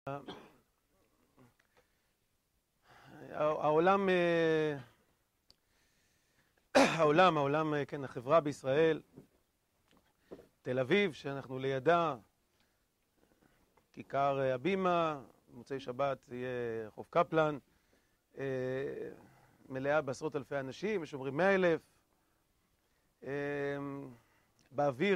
העולם, כן, החברה בישראל, תל אביב, שאנחנו לידה, כיכר הבימה, מוצאי שבת יהיה רחוב קפלן, מלאה בעשרות אלפי אנשים, יש אומרים 100,000, באוויר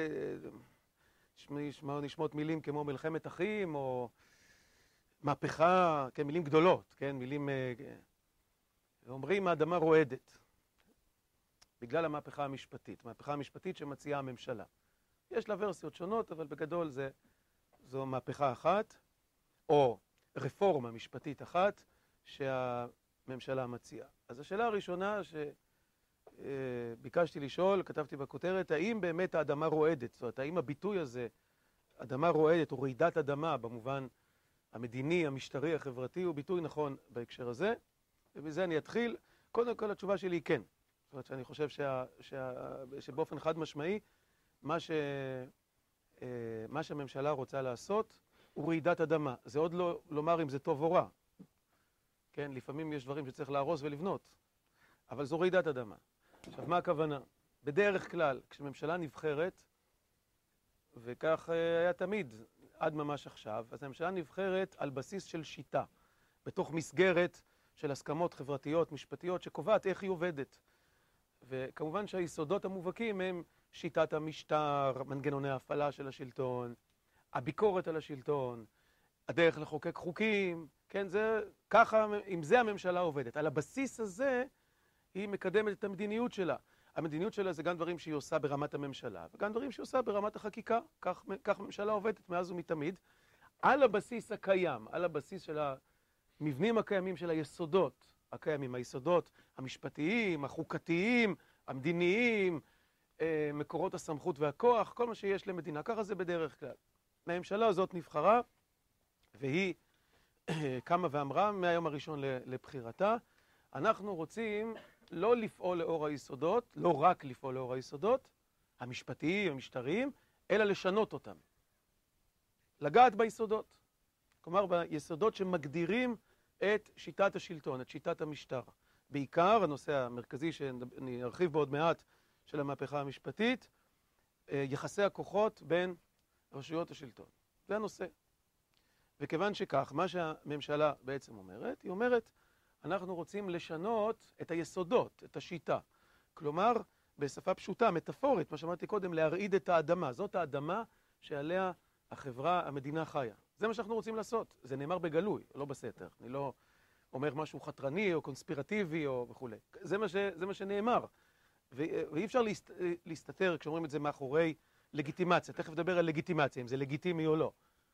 נשמעות מילים כמו מלחמת אחים או מהפכה, כן, מילים גדולות, כן, מילים, אומרים האדמה רועדת בגלל המהפכה המשפטית, המהפכה המשפטית שמציעה הממשלה. יש לה ורסיות שונות, אבל בגדול זו מהפכה אחת, או רפורמה משפטית אחת שהממשלה מציעה. אז השאלה הראשונה שביקשתי לשאול, כתבתי בכותרת, האם באמת האדמה רועדת? זאת אומרת, האם הביטוי הזה, אדמה רועדת או רעידת אדמה במובן המדיני, המשטרי, החברתי, הוא ביטוי נכון בהקשר הזה? ובזה אני אתחיל. קודם כל התשובה שלי היא כן. זאת אומרת שאני חושב שבאופן חד משמעי, מה שהממשלה רוצה לעשות הוא רעידת אדמה. זה עוד לא לומר אם זה טוב או רע. כן, לפעמים יש דברים שצריך להרוס ולבנות, אבל זו רעידת אדמה. עכשיו, מה הכוונה? בדרך כלל, כשממשלה נבחרת, וכך היה תמיד, עד ממש עכשיו, אז הממשלה נבחרת על בסיס של שיטה, בתוך מסגרת של הסכמות חברתיות, משפטיות, שקובעת איך היא עובדת. וכמובן שהיסודות המובהקים הם שיטת המשטר, מנגנוני ההפעלה של השלטון, הביקורת על השלטון, הדרך לחוקק חוקים, כן, זה, ככה, עם זה הממשלה עובדת. על הבסיס הזה היא מקדמת את המדיניות שלה. המדיניות שלה זה גם דברים שהיא עושה ברמת הממשלה, וגם דברים שהיא עושה ברמת החקיקה. כך ממשלה עובדת מאז ומתמיד. על הבסיס הקיים, על הבסיס של המבנים הקיימים של היסודות הקיימים, היסודות המשפטיים, החוקתיים, המדיניים, מקורות הסמכות והכוח, כל מה שיש למדינה. ככה זה בדרך כלל. הממשלה הזאת נבחרה, והיא קמה ואמרה מהיום הראשון לבחירתה, אנחנו רוצים לא לפעול לאור היסודות, לא רק לפעול לאור היסודות, המשפטיים, המשטריים, אלא לשנות אותם. לגעת ביסודות. כלומר, ביסודות שמגדירים את שיטת השלטון, את שיטת המשטר. בעיקר, הנושא המרכזי שאני ארחיב בו עוד מעט של המהפכה המשפטית, יחסי הכוחות בין רשויות השלטון. זה הנושא. וכיוון שכך, מה שהממשלה בעצם אומרת, היא אומרת, אנחנו רוצים לשנות את היסודות, את השיטה. כלומר, בשפה פשוטה, מטאפורית, מה שאמרתי קודם, להרעיד את האדמה. זאת האדמה שעליה החברה, המדינה חיה. זה מה שאנחנו רוצים לעשות. זה נאמר בגלוי, לא בסתר. אני לא אומר משהו חתרני או קונספירטיבי או וכו'. זה מה שנאמר. ואי אפשר להסתתר כשאומרים את זה מאחורי לגיטימציה. תכף נדבר על לגיטימציה, אם זה לגיטימי או לא.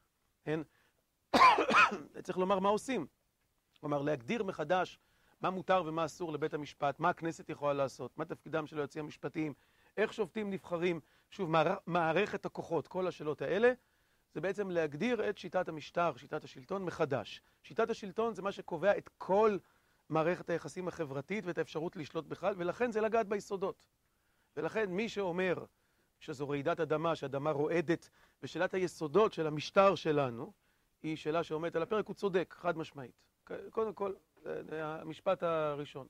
צריך לומר מה עושים. כלומר, להגדיר מחדש מה מותר ומה אסור לבית המשפט, מה הכנסת יכולה לעשות, מה תפקידם של היועצים המשפטיים, איך שופטים נבחרים, שוב, מערכת הכוחות, כל השאלות האלה, זה בעצם להגדיר את שיטת המשטר, שיטת השלטון מחדש. שיטת השלטון זה מה שקובע את כל מערכת היחסים החברתית ואת האפשרות לשלוט בכלל, ולכן זה לגעת ביסודות. ולכן מי שאומר שזו רעידת אדמה, שהאדמה רועדת, ושאלת היסודות של המשטר שלנו, היא שאלה שעומדת על הפרק, הוא צודק, חד משמעית. קודם כל, זה המשפט הראשון.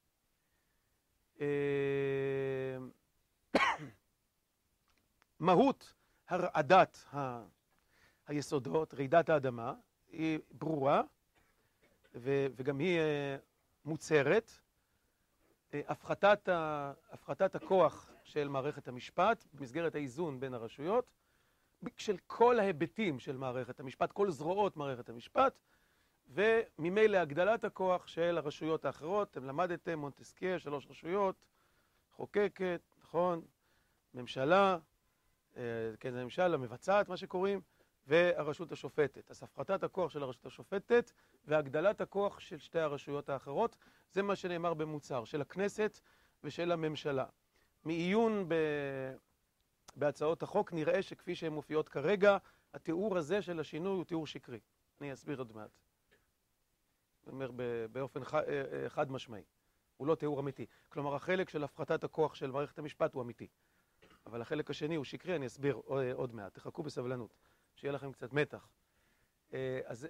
מהות הרעדת היסודות, רעידת האדמה, היא ברורה, וגם היא מוצהרת. הפחתת הכוח של מערכת המשפט, במסגרת האיזון בין הרשויות, של כל ההיבטים של מערכת המשפט, כל זרועות מערכת המשפט, וממילא הגדלת הכוח של הרשויות האחרות. אתם למדתם, מונטסקייה, 3 רשויות, חוקקת, נכון, ממשלה, כן, זה ממשלה, מבצעת, מה שקוראים, והרשות השופטת. אז הפחתת הכוח של הרשות השופטת והגדלת הכוח של שתי הרשויות האחרות, זה מה שנאמר במוצהר, של הכנסת ושל הממשלה. מעיון בהצעות החוק נראה שכפי שהן מופיעות כרגע, התיאור הזה של השינוי הוא תיאור שקרי. אני אסביר עוד מעט. זאת אומרת, באופן חד משמעי. הוא לא תיאור אמיתי. כלומר, החלק של הפחתת הכוח של מערכת המשפט הוא אמיתי. אבל החלק השני הוא שקרי, אני אסביר עוד מעט. תחכו בסבלנות, שיהיה לכם קצת מתח. אז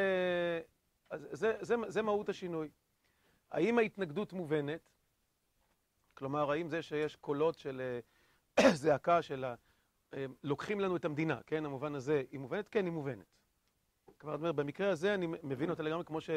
זה מהות השינוי. האם ההתנגדות מובנת? כלומר, האם זה שיש קולות של זעקה של לוקחים לנו את המדינה, כן? המובן הזה, היא מובנת? כן, היא מובנת. כלומר, במקרה הזה אני מבין אותה לגמרי כמו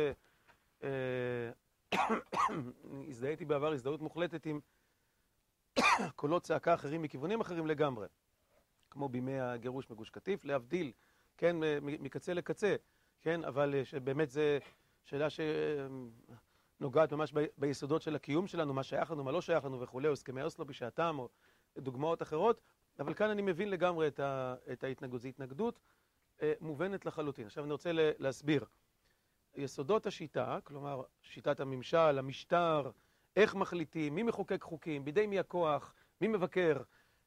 הזדהיתי בעבר הזדהות מוחלטת עם קולות צעקה אחרים מכיוונים אחרים לגמרי. כמו בימי הגירוש מגוש קטיף, להבדיל, כן, מקצה לקצה, כן? אבל שבאמת זה שאלה שנוגעת ממש ביסודות של הקיום שלנו, מה שייך לנו, מה לא שייך לנו וכולי, או הסכמי אוסלו בשעתם, או דוגמאות אחרות, אבל כאן אני מבין לגמרי את ההתנגדות. זו התנגדות מובנת לחלוטין. עכשיו אני רוצה להסביר. יסודות השיטה, כלומר שיטת הממשל, המשטר, איך מחליטים, מי מחוקק חוקים, בידי מי הכוח, מי מבקר,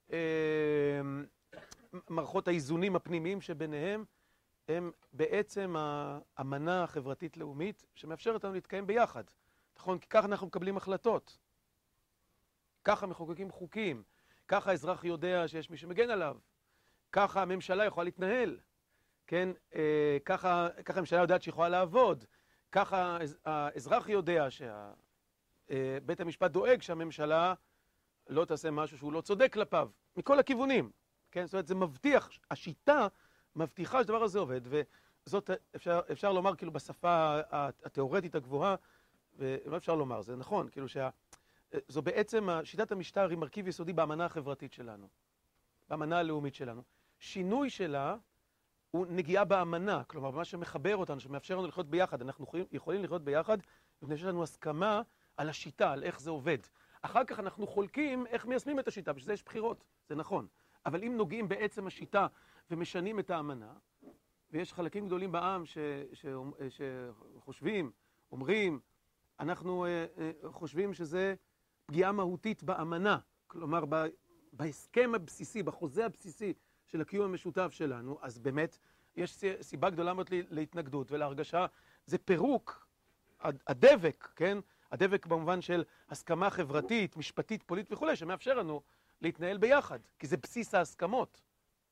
מערכות האיזונים הפנימיים שביניהם, הם בעצם האמנה החברתית-לאומית שמאפשרת לנו להתקיים ביחד. נכון? כי ככה אנחנו מקבלים החלטות. ככה מחוקקים חוקים. ככה האזרח יודע שיש מי שמגן עליו. ככה הממשלה יכולה להתנהל. כן? ככה הממשלה יודעת שיכולה לעבוד. ככה האזרח יודע שבית המשפט דואג שהממשלה לא תעשה משהו שהוא לא צודק כלפיו. מכל הכיוונים. כן? זאת אומרת, זה מבטיח, השיטה מבטיחה שהדבר הזה עובד, וזאת אפשר לומר כאילו בשפה התיאורטית הגבוהה, ולא אפשר לומר, זה נכון, כאילו זו בעצם, שיטת המשטר היא מרכיב יסודי באמנה החברתית שלנו, באמנה הלאומית שלנו. שינוי שלה הוא נגיעה באמנה, כלומר, במה שמחבר אותנו, שמאפשר לנו לחיות ביחד. אנחנו יכולים לחיות ביחד, מפני שיש לנו הסכמה על השיטה, על איך זה עובד. אחר כך אנחנו חולקים איך מיישמים את השיטה, בשביל זה יש בחירות, זה נכון. אבל אם נוגעים בעצם השיטה ומשנים את האמנה, ויש חלקים גדולים בעם שחושבים, אומרים, אנחנו חושבים שזה פגיעה מהותית באמנה, כלומר בהסכם הבסיסי, בחוזה הבסיסי של הקיום המשותף שלנו, אז באמת יש סיבה גדולה מאוד להתנגדות ולהרגשה, זה פירוק, הדבק, כן? הדבק במובן של הסכמה חברתית, משפטית, פוליטית וכו', שמאפשר לנו להתנהל ביחד, כי זה בסיס ההסכמות.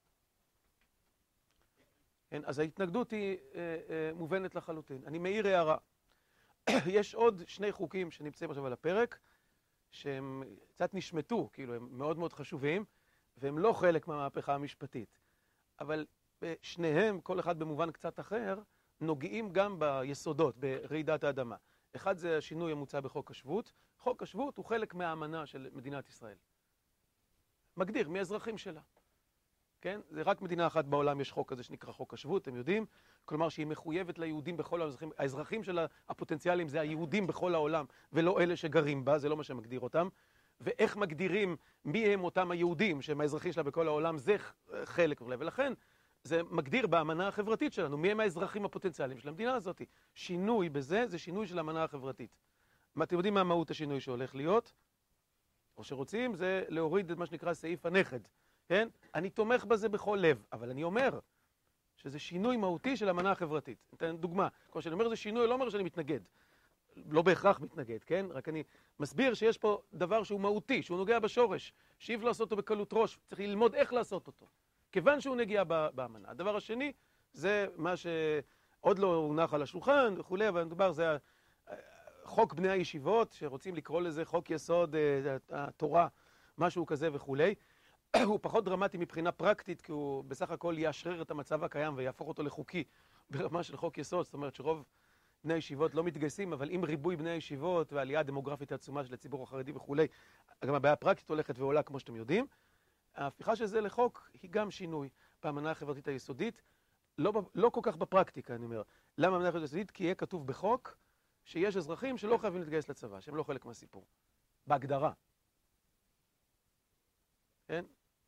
כן? אז ההתנגדות היא מובנת לחלוטין. אני מעיר הערה. יש עוד שני חוקים שנמצאים עכשיו על הפרק, שהם קצת נשמטו, כאילו הם מאוד מאוד חשובים, והם לא חלק מהמהפכה המשפטית. אבל שניהם, כל אחד במובן קצת אחר, נוגעים גם ביסודות, ברעידת האדמה. אחד זה השינוי המוצע בחוק השבות. חוק השבות הוא חלק מהאמנה של מדינת ישראל. מגדיר מי האזרחים שלה. כן? זה רק מדינה אחת בעולם יש חוק כזה שנקרא חוק השבות, אתם יודעים? כלומר שהיא מחויבת ליהודים בכל האזרחים. האזרחים שלה הפוטנציאליים זה היהודים בכל העולם, ולא אלה שגרים בה, זה לא מה שמגדיר אותם. ואיך מגדירים מי הם אותם היהודים שהם האזרחים שלה בכל העולם, זה חלק וכו'. ולכן זה מגדיר באמנה החברתית שלנו, מי הם האזרחים הפוטנציאליים של המדינה הזאת. שינוי בזה, זה שינוי של האמנה החברתית. אתם יודעים מה מהות השינוי שהולך להיות? או שרוצים, זה להוריד את מה שנקרא סעיף הנכד. כן? אני תומך בזה בכל לב, אבל אני אומר שזה שינוי מהותי של האמנה החברתית. אתן דוגמה. כמו שאני אומר זה שינוי, לא אומר שאני מתנגד. לא בהכרח מתנגד, כן? רק אני מסביר שיש פה דבר שהוא מהותי, שהוא נוגע בשורש, שאי אפשר לעשות אותו בקלות ראש, צריך ללמוד איך לעשות אותו. כיוון שהוא נגיע באמנה. הדבר השני, זה מה שעוד לא הונח על השולחן וכולי, אבל מדובר זה חוק בני הישיבות, שרוצים לקרוא לזה חוק יסוד התורה, משהו כזה וכולי. הוא פחות דרמטי מבחינה פרקטית, כי הוא בסך הכל יאשרר את המצב הקיים ויהפוך אותו לחוקי ברמה של חוק יסוד. זאת אומרת שרוב בני הישיבות לא מתגייסים, אבל עם ריבוי בני הישיבות והעלייה הדמוגרפית העצומה של הציבור החרדי וכולי, גם הבעיה הפרקטית הולכת ועולה כמו שאתם יודעים. ההפיכה של זה לחוק היא גם שינוי באמנה החברתית היסודית, לא כל כך בפרקטיקה, אני אומר. למה האמנה החברתית היסודית? כי יהיה כתוב בחוק שיש אזרחים שלא חייבים להתגייס לצבא, שהם לא חלק מהסיפור. בהגדרה. כן?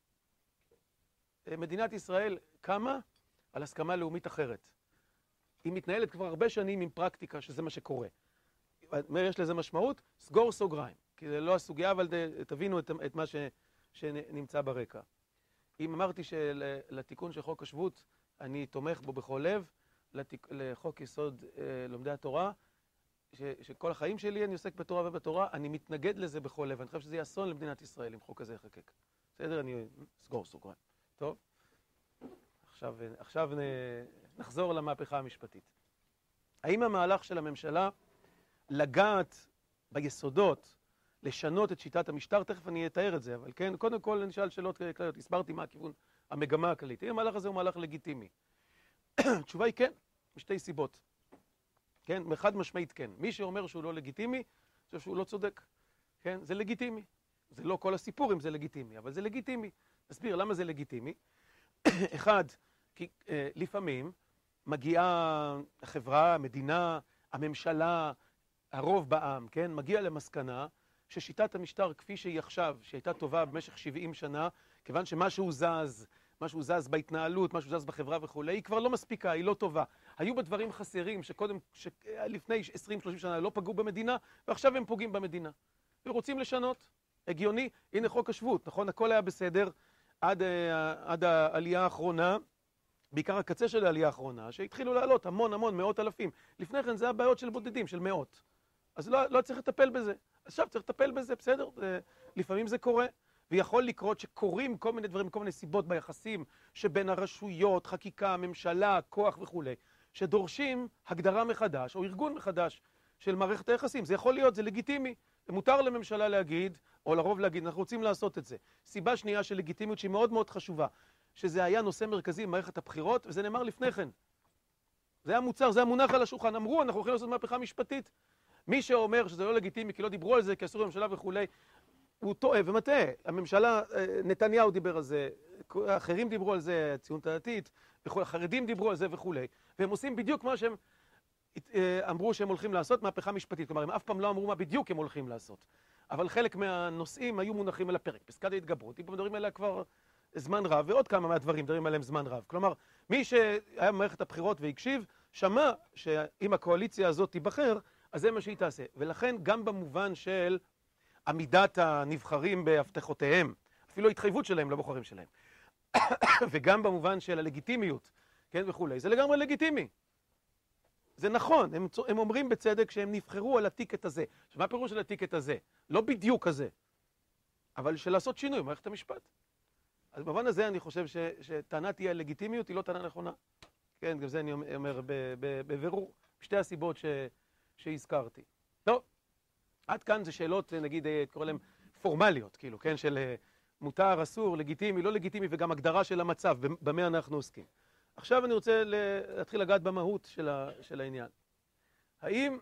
מדינת ישראל קמה על הסכמה לאומית אחרת. היא מתנהלת כבר הרבה שנים עם פרקטיקה שזה מה שקורה. יש לזה משמעות, סגור סוגריים. כי זה לא הסוגיה, אבל תבינו את מה שנמצא ברקע. אם אמרתי שלתיקון של חוק השבות, אני תומך בו בכל לב, לחוק יסוד לומדי התורה, שכל החיים שלי אני עוסק בתורה ובתורה, אני מתנגד לזה בכל לב. אני חושב שזה יהיה אסון למדינת ישראל אם חוק כזה יחקק. בסדר? אני סגור סוגריים. טוב? עכשיו נחזור למהפכה המשפטית. האם המהלך של הממשלה לגעת ביסודות, לשנות את שיטת המשטר? תכף אני אתאר את זה, אבל כן, קודם כל נשאל שאלות כלליות. הסברתי מה הכיוון, המגמה הכללית. האם המהלך הזה הוא מהלך לגיטימי? התשובה היא כן, משתי סיבות. כן, חד משמעית כן. מי שאומר שהוא לא לגיטימי, אני חושב שהוא לא צודק. כן, זה לגיטימי. זה לא כל הסיפור אם זה לגיטימי, אבל זה לגיטימי. נסביר למה זה לגיטימי. אחד, כי לפעמים מגיעה החברה, המדינה, הממשלה, הרוב בעם, כן, מגיע למסקנה ששיטת המשטר כפי שהיא עכשיו, שהייתה טובה במשך 70 שנה, כיוון שמשהו זז בהתנהלות, משהו זז בחברה וכו', היא כבר לא מספיקה, היא לא טובה. היו בה דברים חסרים שלפני 20-30 שנה לא פגעו במדינה, ועכשיו הם פוגעים במדינה. ורוצים לשנות. הגיוני, הנה חוק השבות, נכון? הכל היה בסדר עד העלייה האחרונה, בעיקר הקצה של העלייה האחרונה, שהתחילו לעלות המון, מאות אלפים. לפני כן זה הבעיות של בודדים, של מאות. אז לא צריך לטפל בזה. עכשיו צריך לטפל בזה, בסדר? לפעמים זה קורה. ויכול לקרות שקורים כל מיני דברים, כל מיני סיבות ביחסים שבין הרשויות, חקיקה, ממשלה, כוח וכו', שדורשים הגדרה מחדש או ארגון מחדש של מערכת היחסים. זה יכול להיות, זה לגיטימי. מותר לממשלה להגיד, או לרוב להגיד, אנחנו רוצים לעשות את זה. סיבה שנייה של לגיטימיות שהיא מאוד מאוד חשובה, שזה היה נושא מרכזי במערכת הבחירות, וזה נאמר לפני כן. זה היה מוצר, זה היה מונח על השולחן. אמרו, אנחנו הולכים לעשות מהפכה משפטית. מי שאומר שזה לא לגיטימי, כי לא דיברו על זה, כי אסור לממשלה וכולי, הוא טועה ומטעה. הממשלה, נתניהו דיבר על זה, אחרים דיברו על זה, הציונות הדתית, החרדים דיברו על זה וכולי. והם עושים בדיוק מה שהם אמרו שהם הולכים לעשות, מהפכה משפטית. כלומר, הם אף פעם לא אמרו מה בדיוק הם הולכים לעשות. אבל חלק מהנושאים היו מונחים על הפרק. פסקת ההתגברות, הם מדברים עליה כבר זמן רב, ועוד כמה מהדברים מדברים עליהם זמן רב. כלומר, מי שהיה במערכת הבחירות והקשיב, שמע שאם הקואליציה הזאת תיבחר, אז זה מה שהיא תעשה. ולכן גם במובן של עמידת הנבחרים בהבטחותיהם, אפילו ההתחייבות שלהם לבוחרים שלהם, וגם במובן של הלגיטימיות, כן, וכולי, זה לגמרי לגיטימי. זה נכון, הם אומרים בצדק שהם נבחרו על הטיקט הזה. עכשיו, מה הפירוש של הטיקט הזה? לא בדיוק הזה, אבל של לעשות שינוי במערכת המשפט. אז במובן הזה אני חושב שטענת היא הלגיטימיות, היא לא טענה נכונה. כן, גם זה אני אומר בבירור, בשתי הסיבות שהזכרתי. טוב, עד כאן זה שאלות, נגיד, קורא להם פורמליות, כאילו, כן, של מותר, אסור, לגיטימי, לא לגיטימי, וגם הגדרה של המצב, במה אנחנו עוסקים. עכשיו אני רוצה להתחיל לגעת במהות של העניין. האם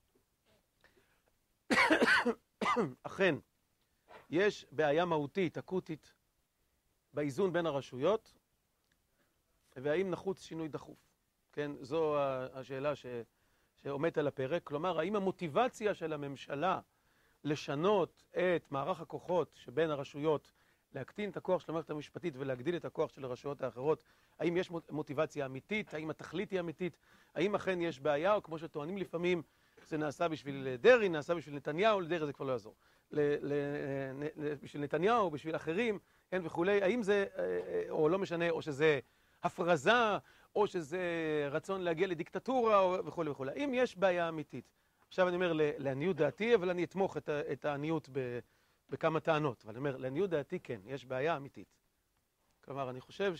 אכן יש בעיה מהותית, אקוטית, באיזון בין הרשויות, והאם נחוץ שינוי דחוף? כן, זו השאלה שעומדת על הפרק. כלומר, האם המוטיבציה של הממשלה לשנות את מערך הכוחות שבין הרשויות, להקטין את הכוח של המערכת המשפטית ולהגדיל את הכוח של הרשויות האחרות, האם יש מוטיבציה אמיתית? האם התכלית היא אמיתית? האם אכן יש בעיה? או כמו שטוענים לפעמים, זה נעשה בשביל דרעי, נעשה בשביל נתניהו, לדרעי זה כבר לא יעזור. בשביל נתניהו, בשביל אחרים, כן, וכולי. האם זה, או לא משנה, או שזה הפרזה, או שזה רצון להגיע לדיקטטורה, וכולי וכולי. האם יש בעיה אמיתית? עכשיו אני אומר לעניות דעתי, אבל אני אתמוך את העניות בכמה טענות. אבל אני אומר, לעניות דעתי כן, יש בעיה אמיתית. כלומר, אני חושב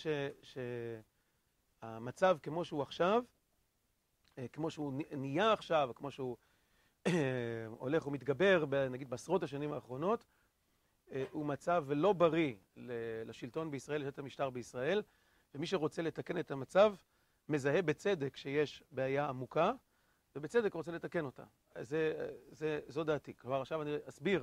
שהמצב כמו שהוא עכשיו, כמו שהוא נהיה עכשיו, כמו שהוא הולך ומתגבר, נגיד בעשרות השנים האחרונות, הוא מצב לא בריא לשלטון בישראל, לשלטון המשטר בישראל, ומי שרוצה לתקן את המצב, מזהה בצדק שיש בעיה עמוקה, ובצדק רוצה לתקן אותה. זו דעתי. כלומר, עכשיו אני אסביר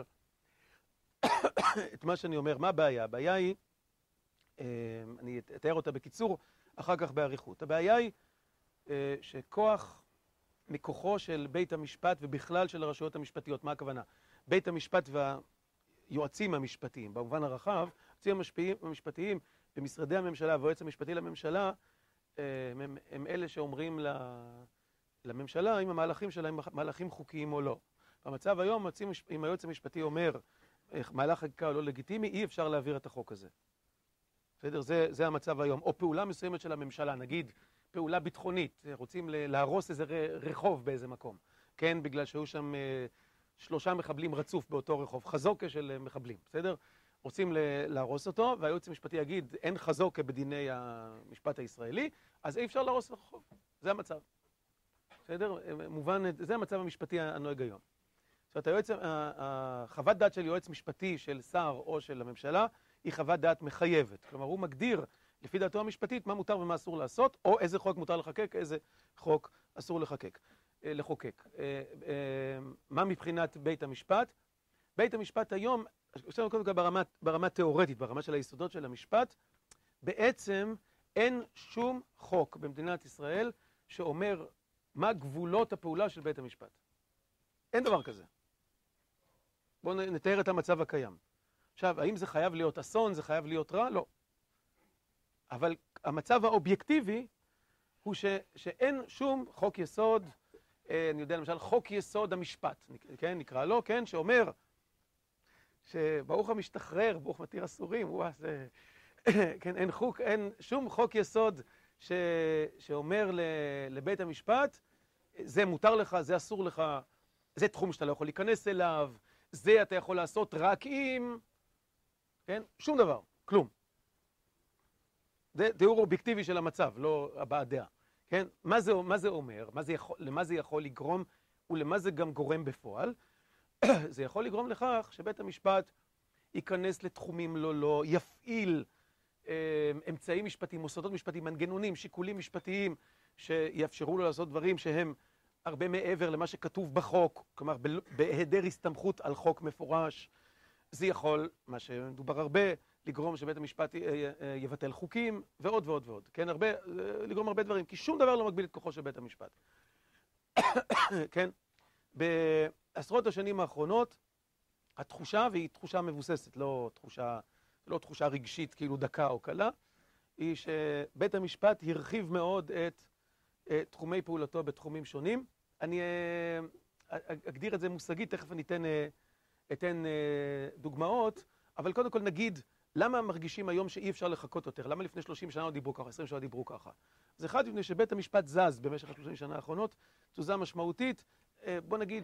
את מה שאני אומר. מה הבעיה? הבעיה היא, אני אתאר אותה בקיצור, אחר כך באריכות. הבעיה היא שכוח מכוחו של בית המשפט ובכלל של הרשויות המשפטיות, מה הכוונה? בית המשפט והיועצים המשפטיים, במובן הרחב, היועצים המשפטיים במשרדי הממשלה והיועץ המשפטי לממשלה, הם אלה שאומרים לממשלה אם המהלכים שלהם מהלכים חוקיים או לא. במצב היום, אם היועץ המשפטי אומר מהלך חקיקה או לא לגיטימי, אי אפשר להעביר את החוק הזה. בסדר? זה המצב היום. או פעולה מסוימת של הממשלה, נגיד פעולה ביטחונית, רוצים להרוס איזה רחוב באיזה מקום. כן, בגלל שהיו שם 3 מחבלים רצוף באותו רחוב, חזוקה של מחבלים, בסדר? רוצים להרוס אותו, והייעוץ המשפטי יגיד, אין חזו כבדיני המשפט הישראלי, אז אי אפשר להרוס את הרחוב. זה המצב. בסדר? מובן, זה המצב המשפטי הנוהג היום. זאת אומרת, החוות דעת של יועץ משפטי של שר או של הממשלה, היא חוות דעת מחייבת. כלומר, הוא מגדיר, לפי דעתו המשפטית, מה מותר ומה אסור לעשות, או איזה חוק מותר לחוקק, איזה חוק אסור לחוקק. מה מבחינת בית המשפט? בית המשפט היום, קודם כל ברמה תיאורטית, ברמה של היסודות של המשפט, בעצם אין שום חוק במדינת ישראל שאומר מה גבולות הפעולה של בית המשפט. אין דבר כזה. בואו נתאר את המצב הקיים. עכשיו, האם זה חייב להיות אסון, זה חייב להיות רע? לא. אבל המצב האובייקטיבי הוא שאין שום חוק יסוד, אני יודע למשל, חוק יסוד המשפט, כן, נקרא לו, כן, שאומר שברוך המשתחרר, ברוך מתיר אסורים, זה, כן, אין שום חוק יסוד שאומר לבית המשפט, זה מותר לך, זה אסור לך, זה תחום שאתה לא יכול להיכנס אליו, זה אתה יכול לעשות רק אם, כן, שום דבר, כלום. זה תיאור אובייקטיבי של המצב, לא הבעת דעה, כן? מה זה אומר? למה זה יכול לגרום ולמה זה גם גורם בפועל? זה יכול לגרום לכך שבית המשפט ייכנס לתחומים לא, יפעיל אמצעים משפטיים, מוסדות משפטיים, מנגנונים, שיקולים משפטיים שיאפשרו לו לעשות דברים שהם הרבה מעבר למה שכתוב בחוק, כלומר בהיעדר הסתמכות על חוק מפורש. זה יכול, מה שמדובר הרבה, לגרום שבית המשפט יבטל חוקים ועוד ועוד ועוד, כן? לגרום הרבה דברים, כי שום דבר לא מגביל את כוחו של בית המשפט. כן? בעשרות השנים האחרונות, התחושה, והיא תחושה מבוססת, לא תחושה רגשית כאילו דקה או קלה, היא שבית המשפט הרחיב מאוד את תחומי פעולתו בתחומים שונים. אני אגדיר את זה מושגית, תכף אני אתן דוגמאות, אבל קודם כל נגיד, למה מרגישים היום שאי אפשר לחכות יותר? למה לפני 30 שנה דיברו ככה, 20 שנה דיברו ככה? אז אחד, מפני שבית המשפט זז במשך 30 שנה האחרונות, תזוזה משמעותית. בוא נגיד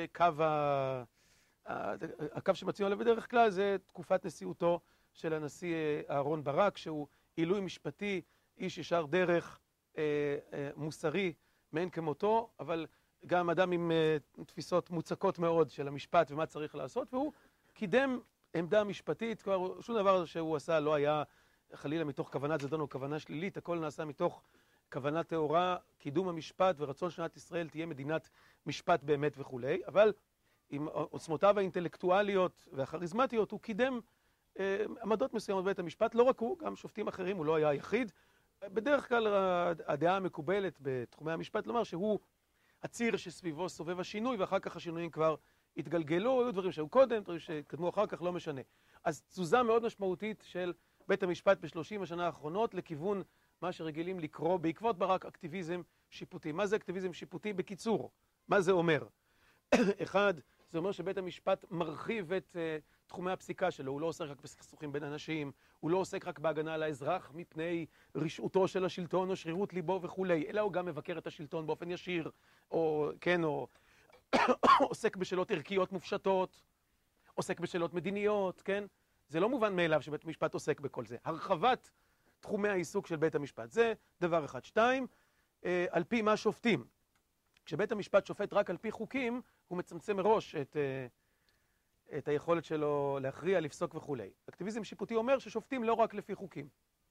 הקו שמצביעים עליו בדרך כלל זה תקופת נשיאותו של הנשיא אהרן ברק, שהוא עילוי משפטי, איש ישר דרך, מוסרי, מאין כמותו, אבל גם אדם עם תפיסות מוצקות מאוד של המשפט ומה צריך לעשות, והוא קידם עמדה משפטית, כבר שום דבר שהוא עשה לא היה חלילה מתוך כוונת זדון או כוונה שלילית, הכל נעשה מתוך כוונה טהורה, קידום המשפט ורצון שמדינת ישראל תהיה מדינת משפט באמת וכו'. אבל עם עוצמותיו האינטלקטואליות והכריזמטיות הוא קידם עמדות מסוימות בבית המשפט, לא רק הוא, גם שופטים אחרים, הוא לא היה היחיד. בדרך כלל הדעה המקובלת בתחומי המשפט לומר שהוא הציר שסביבו סובב השינוי, ואחר כך השינויים כבר התגלגלו, היו דברים שהיו קודם, דברים שהתקדמו אחר כך, לא משנה. אז תזוזה מאוד משמעותית של בית המשפט ב30 השנה האחרונות לכיוון מה שרגילים לקרוא בעקבות ברק אקטיביזם שיפוטי. מה זה אקטיביזם שיפוטי? בקיצור, מה זה אומר? אחד, זה אומר שבית המשפט מרחיב את תחומי הפסיקה שלו, הוא לא עוסק רק בסכסוכים בין אנשים, הוא לא עוסק רק בהגנה על האזרח מפני רשעותו של השלטון או שרירות ליבו וכו', אלא הוא גם מבקר את השלטון באופן ישיר, או כן, או עוסק בשאלות ערכיות מופשטות, עוסק בשאלות מדיניות, כן? זה לא מובן מאליו שבית המשפט עוסק בכל זה. הרחבת תחומי העיסוק של בית המשפט, זה דבר אחד. שתיים, על פי מה שופטים. כשבית המשפט שופט רק על פי חוקים, הוא מצמצם מראש את היכולת שלו להכריע, לפסוק וכו'. אקטיביזם שיפוטי אומר ששופטים לא רק לפי חוקים.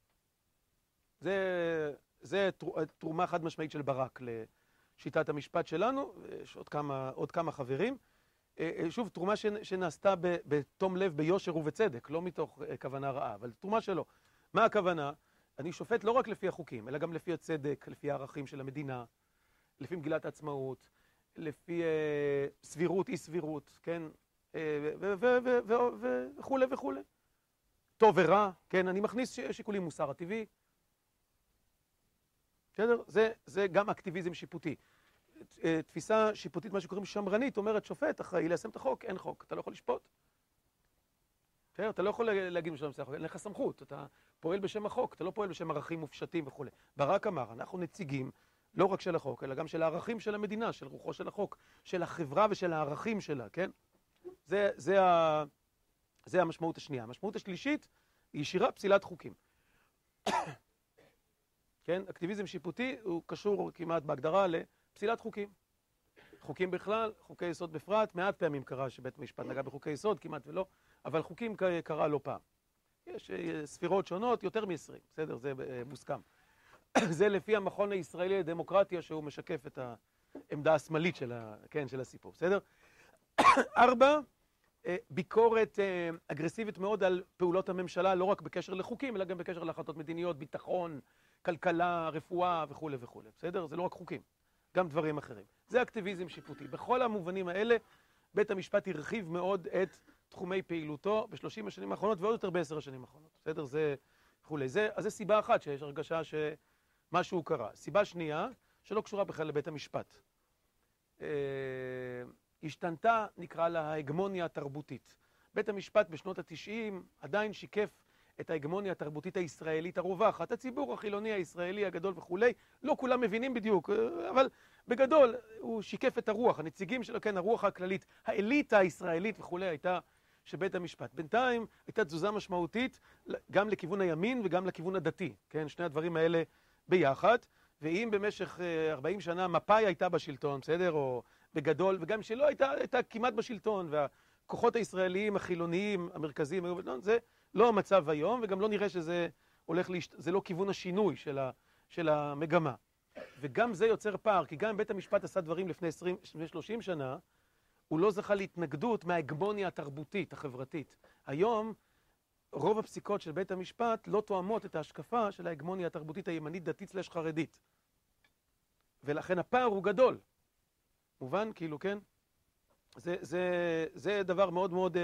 זה תרומה חד משמעית של ברק לשיטת המשפט שלנו, יש עוד כמה חברים. שוב, תרומה שנעשתה בתום לב, ביושר ובצדק, לא מתוך כוונה רעה, אבל תרומה שלו. מה הכוונה? אני שופט לא רק לפי החוקים, אלא גם לפי הצדק, לפי הערכים של המדינה, לפי מגילת העצמאות, לפי סבירות, אי סבירות, כן? וכו' וכו'. טוב ורע, כן? אני מכניס שיקולים מוסר הטבעי. בסדר? זה גם אקטיביזם שיפוטי. תפיסה שיפוטית, מה שקוראים שמרנית, אומרת שופט אחראי ליישם את החוק, אין חוק, אתה לא יכול לשפוט. בסדר? אתה לא יכול להגיד בשם החוק, אין לך סמכות, אתה פועל בשם החוק, אתה לא פועל בשם ערכים מופשטים וכו'. ברק אמר, אנחנו נציגים לא רק של החוק, אלא גם של הערכים של המדינה, של רוחו של החוק, של החברה ושל הערכים שלה, כן? זה המשמעות השנייה. המשמעות השלישית היא ישירה פסילת חוקים. כן, אקטיביזם שיפוטי הוא קשור כמעט בהגדרה לפסילת חוקים. חוקים בכלל, חוקי יסוד בפרט, מעט פעמים קרה שבית המשפט נגע בחוקי יסוד, כמעט ולא, אבל חוקים קרה לא פעם. יש ספירות שונות, יותר מ-20, בסדר? זה מוסכם. זה לפי המכון הישראלי לדמוקרטיה, שהוא משקף את העמדה השמאלית של הסיפור, בסדר? 4, ביקורת אגרסיבית מאוד על פעולות הממשלה, לא רק בקשר לחוקים, אלא גם בקשר להחלטות מדיניות, ביטחון, כלכלה, רפואה וכו' וכו', בסדר? זה לא רק חוקים, גם דברים אחרים. זה אקטיביזם שיפוטי. בכל המובנים האלה, בית המשפט הרחיב מאוד את תחומי פעילותו ב-30 השנים האחרונות, ועוד יותר ב-10 השנים האחרונות, בסדר? זה וכו'. אז זה סיבה אחת שיש הרגשה שמשהו קרה. סיבה שנייה, שלא קשורה בכלל לבית המשפט. השתנתה, נקרא לה, ההגמוניה התרבותית. בית המשפט בשנות ה-90 עדיין שיקף את ההגמוניה התרבותית הישראלית הרווחת. הציבור החילוני הישראלי הגדול וכולי, לא כולם מבינים בדיוק, אבל בגדול הוא שיקף את הרוח, הנציגים שלו, כן, הרוח הכללית, האליטה הישראלית וכולי הייתה שבית המשפט. בינתיים הייתה תזוזה משמעותית גם לכיוון הימין וגם לכיוון הדתי, כן, שני הדברים האלה ביחד, ואם במשך 40 שנה מפא"י הייתה בשלטון, בסדר, או בגדול, וגם שלא הייתה כמעט בשלטון, והכוחות הישראליים החילוניים המרכזיים היו בשלטון, זה לא המצב היום, וגם לא נראה שזה הולך זה לא כיוון השינוי של המגמה. וגם זה יוצר פער, כי גם בית המשפט עשה דברים לפני 30 שנה, הוא לא זכה להתנגדות מההגמוניה התרבותית, החברתית. היום, רוב הפסיקות של בית המשפט לא תואמות את ההשקפה של ההגמוניה התרבותית הימנית דתית/חרדית. ולכן הפער הוא גדול. מובן? כאילו, כן? זה דבר מאוד מאוד,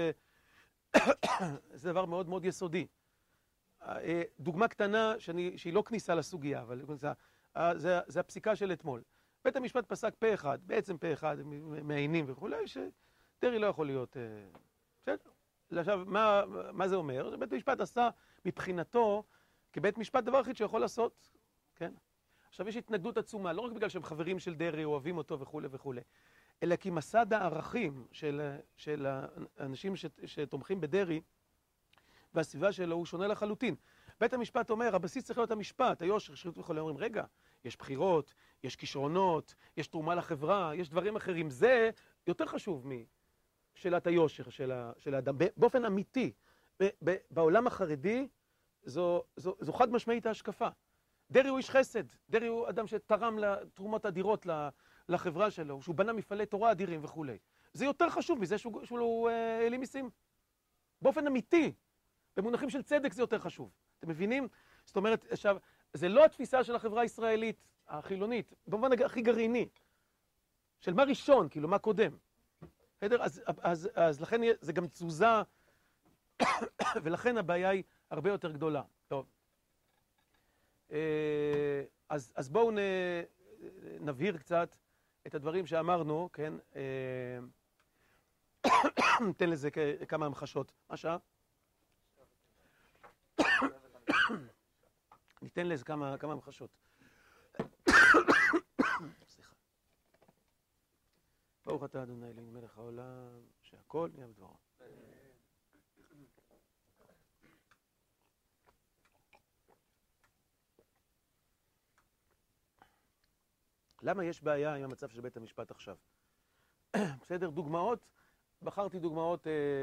זה דבר מאוד מאוד יסודי. דוגמה קטנה שהיא לא כניסה לסוגיה, אבל זה הפסיקה של אתמול. בית המשפט פסק פה אחד, בעצם פה אחד, מעיינים וכולי, שדרעי לא יכול להיות, בסדר? עכשיו, מה זה אומר? בית המשפט עשה מבחינתו, כבית משפט, דבר הכי שיכול לעשות, כן? עכשיו, יש התנגדות עצומה, לא רק בגלל שהם חברים של דרעי, אוהבים אותו וכולי וכולי, אלא כי מסד הערכים של האנשים שתומכים בדרעי, והסביבה שלו הוא שונה לחלוטין. בית המשפט אומר, הבסיס צריך להיות המשפט, היושר, שחיתות וכולי, אומרים, רגע, יש בחירות, יש כישרונות, יש תרומה לחברה, יש דברים אחרים, זה יותר חשוב משאלת היושר של האדם. באופן אמיתי, בעולם החרדי, זו חד משמעית ההשקפה. דרעי הוא איש חסד, דרעי הוא אדם שתרם לתרומות אדירות לחברה שלו, שהוא בנה מפעלי תורה אדירים וכולי. זה יותר חשוב מזה שהוא העלים מיסים. באופן אמיתי, במונחים של צדק זה יותר חשוב. אתם מבינים? זאת אומרת, עכשיו, זה לא התפיסה של החברה הישראלית, החילונית, במובן הכי גרעיני, של מה ראשון, כאילו, מה קודם. אז לכן זה גם תזוזה, ולכן הבעיה היא הרבה יותר גדולה. טוב. אז בואו נבהיר קצת את הדברים שאמרנו, כן? ניתן לזה כמה המחשות. מה שעה? ניתן לזה כמה המחשות. סליחה. ברוך אתה אדוני אלוהינו מלך העולם, שהכל נהיה בדברו. למה יש בעיה עם המצב של בית המשפט עכשיו? בסדר, דוגמאות, בחרתי דוגמאות,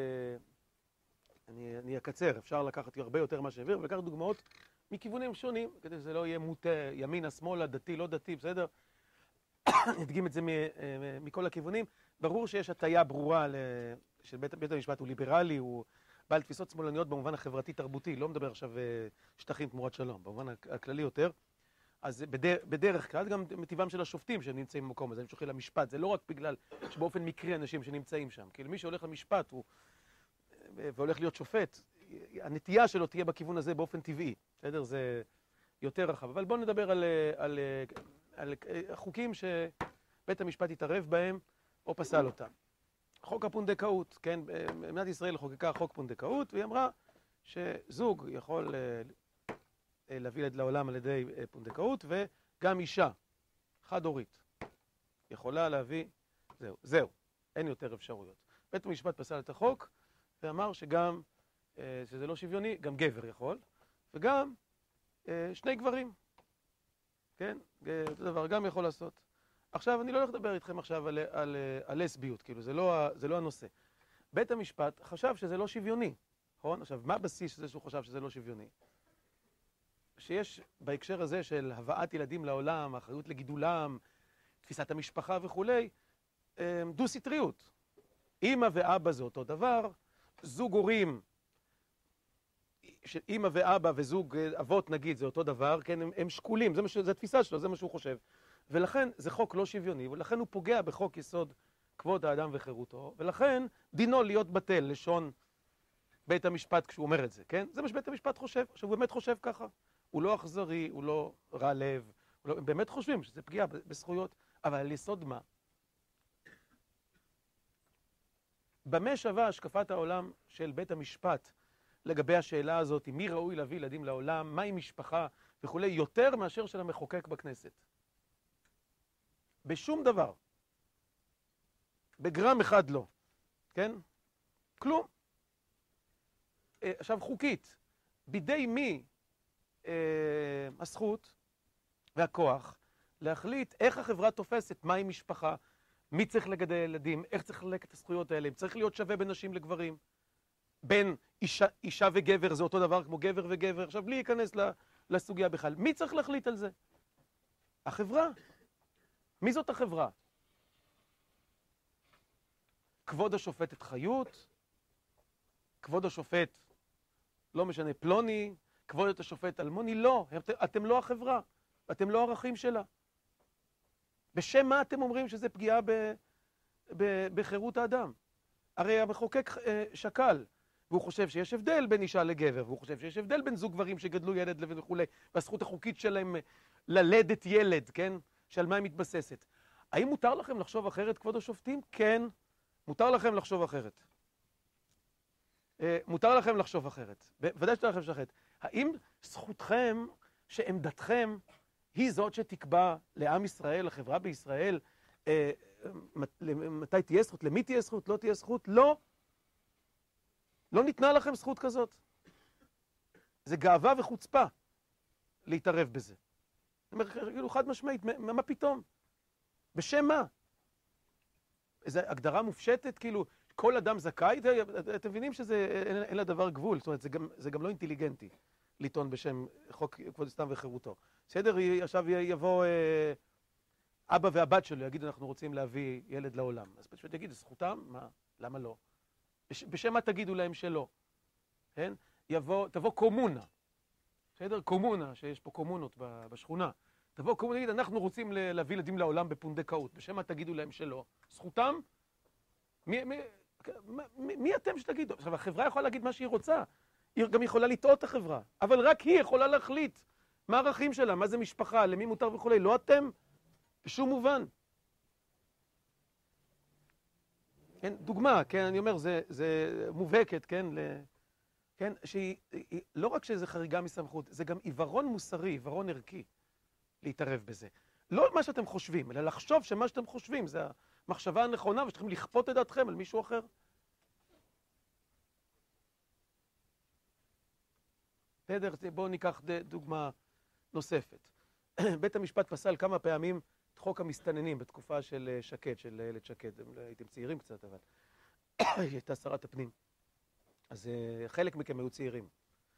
אני אקצר, אפשר לקחת הרבה יותר מה שהעביר, ולקחת דוגמאות מכיוונים שונים, כדי שזה לא יהיה מוטה ימינה, שמאלה, דתי, לא דתי, בסדר? נדגים את זה מכל הכיוונים. ברור שיש הטיה ברורה של בית המשפט, הוא ליברלי, הוא בעל תפיסות שמאלניות במובן החברתי-תרבותי, לא מדבר עכשיו שטחים תמורת שלום, במובן הכללי יותר. אז בדרך כלל, גם מטבעם של השופטים שנמצאים במקום הזה, הם שולחים למשפט, זה לא רק בגלל שבאופן מקרי אנשים שנמצאים שם, כאילו מי שהולך למשפט והולך להיות שופט, הנטייה שלו תהיה בכיוון הזה באופן טבעי, בסדר? זה יותר רחב. אבל בואו נדבר על חוקים שבית המשפט התערב בהם או פסל אותם. חוק הפונדקאות, כן? מדינת ישראל חוקקה חוק פונדקאות, והיא אמרה שזוג יכול להביא ילד לעולם על ידי פונדקאות, וגם אישה, חד-הורית, יכולה להביא, זהו, אין יותר אפשרויות. בית המשפט פסל את החוק, ואמר שגם, שזה לא שוויוני, גם גבר יכול, וגם שני גברים, כן? אותו דבר, גם יכול לעשות. עכשיו, אני לא הולך לדבר איתכם עכשיו על לסביות, כאילו, זה לא הנושא. בית המשפט חשב שזה לא שוויוני, נכון? עכשיו, מה הבסיס של זה שהוא חשב שזה לא שוויוני? שיש בהקשר הזה של הבאת ילדים לעולם, האחריות לגידולם, תפיסת המשפחה וכולי, דו-סטריות. אמא ואבא זה אותו דבר, זוג הורים, אמא ואבא וזוג אבות נגיד זה אותו דבר, כן, הם שקולים, זה התפיסה שלו, זה מה שהוא חושב. ולכן זה חוק לא שוויוני, ולכן הוא פוגע בחוק יסוד כבוד האדם וחירותו, ולכן דינו להיות בטל, לשון בית המשפט כשהוא אומר את זה, כן? זה מה שבית המשפט חושב, עכשיו הוא באמת חושב ככה. הוא לא אכזרי, הוא לא רע לב, הם באמת חושבים שזה פגיעה בזכויות, אבל על יסוד מה? במה שווה השקפת העולם של בית המשפט לגבי השאלה הזאת, מי ראוי להביא ילדים לעולם, מהי משפחה וכולי, יותר מאשר של המחוקק בכנסת? בשום דבר. בגרם אחד לא. כן? כלום. עכשיו חוקית, בידי מי הזכות והכוח להחליט איך החברה תופסת, מהי משפחה, מי צריך לגדל ילדים, איך צריך לחלק את הזכויות האלה, אם צריך להיות שווה בין נשים לגברים, בין אישה וגבר זה אותו דבר כמו גבר וגבר, עכשיו בלי להיכנס לסוגיה בכלל, מי צריך להחליט על זה? החברה. מי זאת החברה? כבוד השופטת חיות, כבוד השופט, לא משנה, פלוני, כבוד השופט אלמוני, לא, אתם לא החברה, אתם לא ערכים שלה. בשם מה אתם אומרים שזה פגיעה בחירות האדם? הרי המחוקק שקל, והוא חושב שיש הבדל בין אישה לגבר, והוא חושב שיש הבדל בין זוג גברים שגדלו ילד לבין וכו', והזכות החוקית שלהם ללדת ילד, כן? שעל מה היא מתבססת. האם מותר לכם לחשוב אחרת, כבוד השופטים? כן, מותר לכם לחשוב אחרת. מותר לכם לחשוב אחרת. ודאי שתותר לכם לחשוב אחרת. האם זכותכם שעמדתכם היא זאת שתקבע לעם ישראל, לחברה בישראל, מתי תהיה זכות, למי תהיה זכות, לא תהיה זכות? לא. לא ניתנה לכם זכות כזאת. זה גאווה וחוצפה להתערב בזה. אני אומר, כאילו חד משמעית, מה פתאום? בשם מה? איזו הגדרה מופשטת, כאילו, כל אדם זכאי, אתם מבינים שזה, אין לדבר גבול, זאת אומרת, זה גם לא אינטליגנטי לטעון בשם חוק כבוד סתם וחירותו. בסדר, עכשיו יבוא אבא והבת שלו, יגידו, אנחנו רוצים להביא ילד לעולם. אז פשוט יגיד, זכותם? מה? למה לא? בשם מה תגידו להם שלא? כן? תבוא קומונה. בסדר? קומונה, שיש פה קומונות בשכונה. תבוא קומונה, תגיד, אנחנו רוצים להביא ילדים לעולם בפונדקאות. בשם מה תגידו להם שלא? זכותם? מי אתם שתגידו? עכשיו, החברה יכולה להגיד מה שהיא רוצה. היא גם יכולה לטעות החברה. אבל רק היא יכולה להחליט מה הערכים שלה, מה זה משפחה, למי מותר וכו'. לא אתם, בשום מובן. כן, דוגמה, כן, אני אומר, זה מובהקת, כן, כן, שהיא, לא רק שזה חריגה מסמכות, זה גם עיוורון מוסרי, עיוורון ערכי, להתערב בזה. לא מה שאתם חושבים, אלא לחשוב שמה שאתם חושבים זה המחשבה הנכונה, ושתכם לכפות את דעתכם על מישהו אחר. בסדר, בואו ניקח דוגמה נוספת. בית המשפט פסל כמה פעמים את חוק המסתננים בתקופה של שקד, של איילת שקד. הייתם צעירים קצת, אבל היא הייתה שרת הפנים. אז חלק מכם היו צעירים.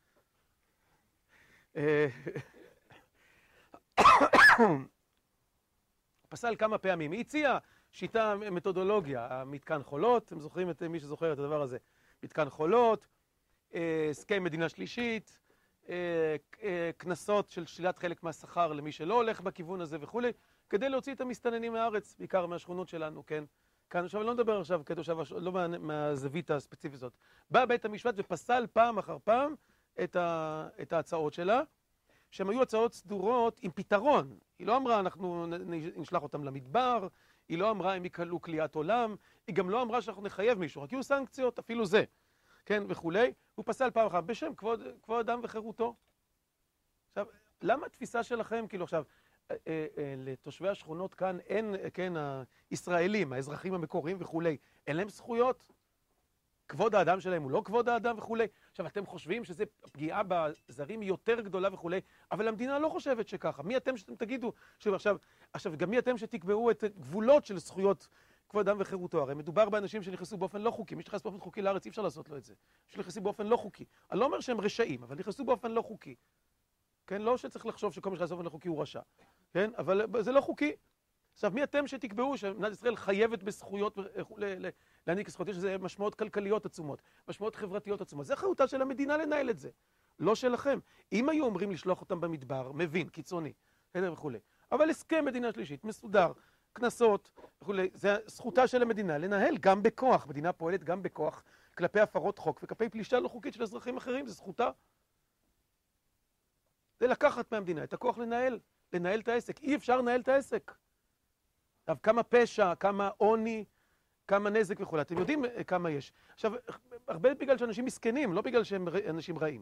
פסל כמה פעמים. היא הציעה שיטה, מתודולוגיה, מתקן חולות, אתם זוכרים את מי שזוכר את הדבר הזה? מתקן חולות, הסכם מדינה שלישית, כנסות של שלילת חלק מהשכר למי שלא הולך בכיוון הזה וכו', כדי להוציא את המסתננים מהארץ, בעיקר מהשכונות שלנו, כן? כאן עכשיו, אני לא מדבר עכשיו, לא מהזווית הספציפית הזאת. בא בית המשפט ופסל פעם אחר פעם את ההצעות שלה, שהן היו הצעות סדורות עם פתרון. היא לא אמרה, אנחנו נשלח אותם למדבר, היא לא אמרה, הם יקלו כליאת עולם, היא גם לא אמרה שאנחנו נחייב מישהו, רק יהיו סנקציות, אפילו זה, כן, וכולי. הוא פסל פעם אחת בשם כבוד אדם וחירותו. עכשיו, למה התפיסה שלכם, כאילו עכשיו, לתושבי השכונות כאן אין, כן, הישראלים, האזרחים המקוריים וכולי, אין להם זכויות? כבוד האדם שלהם הוא לא כבוד האדם וכולי. עכשיו, אתם חושבים שזה פגיעה בזרים היא יותר גדולה וכולי, אבל המדינה לא חושבת שככה. מי אתם שאתם תגידו? עכשיו, גם מי אתם שתקבעו את גבולות של זכויות כבוד אדם וחירותו? הרי מדובר באנשים שנכנסו באופן לא חוקי. מי שנכנס באופן חוקי לארץ, אי אפשר לעשות לו את זה. שנכנסים באופן לא חוקי. אני לא אומר שהם רשעים, אבל נכנסו באופן לא חוקי. כן? לא שצריך לחשוב שכל מי שנכנס באופן לא חוקי הוא רשע. כן? אבל זה לא חוקי. עכשיו, מי אתם שתקבעו שמדינת ישראל חייבת בזכויות להעניק זכויות? יש לזה משמעות כלכליות עצומות, משמעות חברתיות עצומות. זה אחריותה של המדינה לנהל את זה, לא שלכם. אם היו אומרים לשלוח אותם במדבר, מבין, קיצוני, וכולי. אבל הסכם מדינה שלישית, מסודר, כנסות, וכולי, זה זכותה של המדינה לנהל גם בכוח. מדינה פועלת גם בכוח כלפי הפרות חוק וכלפי פלישה לא חוקית של אזרחים אחרים, זה זכותה. זה לקחת מהמדינה את הכוח לנהל את העסק. אי אפשר לנהל את העסק. עכשיו, כמה פשע, כמה עוני, כמה נזק וכו'. אתם יודעים כמה יש. עכשיו, הרבה בגלל שאנשים מסכנים, לא בגלל שהם אנשים רעים.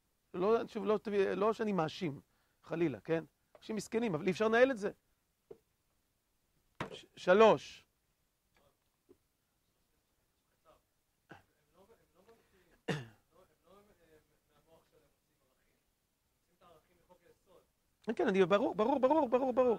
לא שאני מאשים, חלילה, כן? אנשים מסכנים, אבל אי אפשר לנהל את זה. 3. כן, ברור.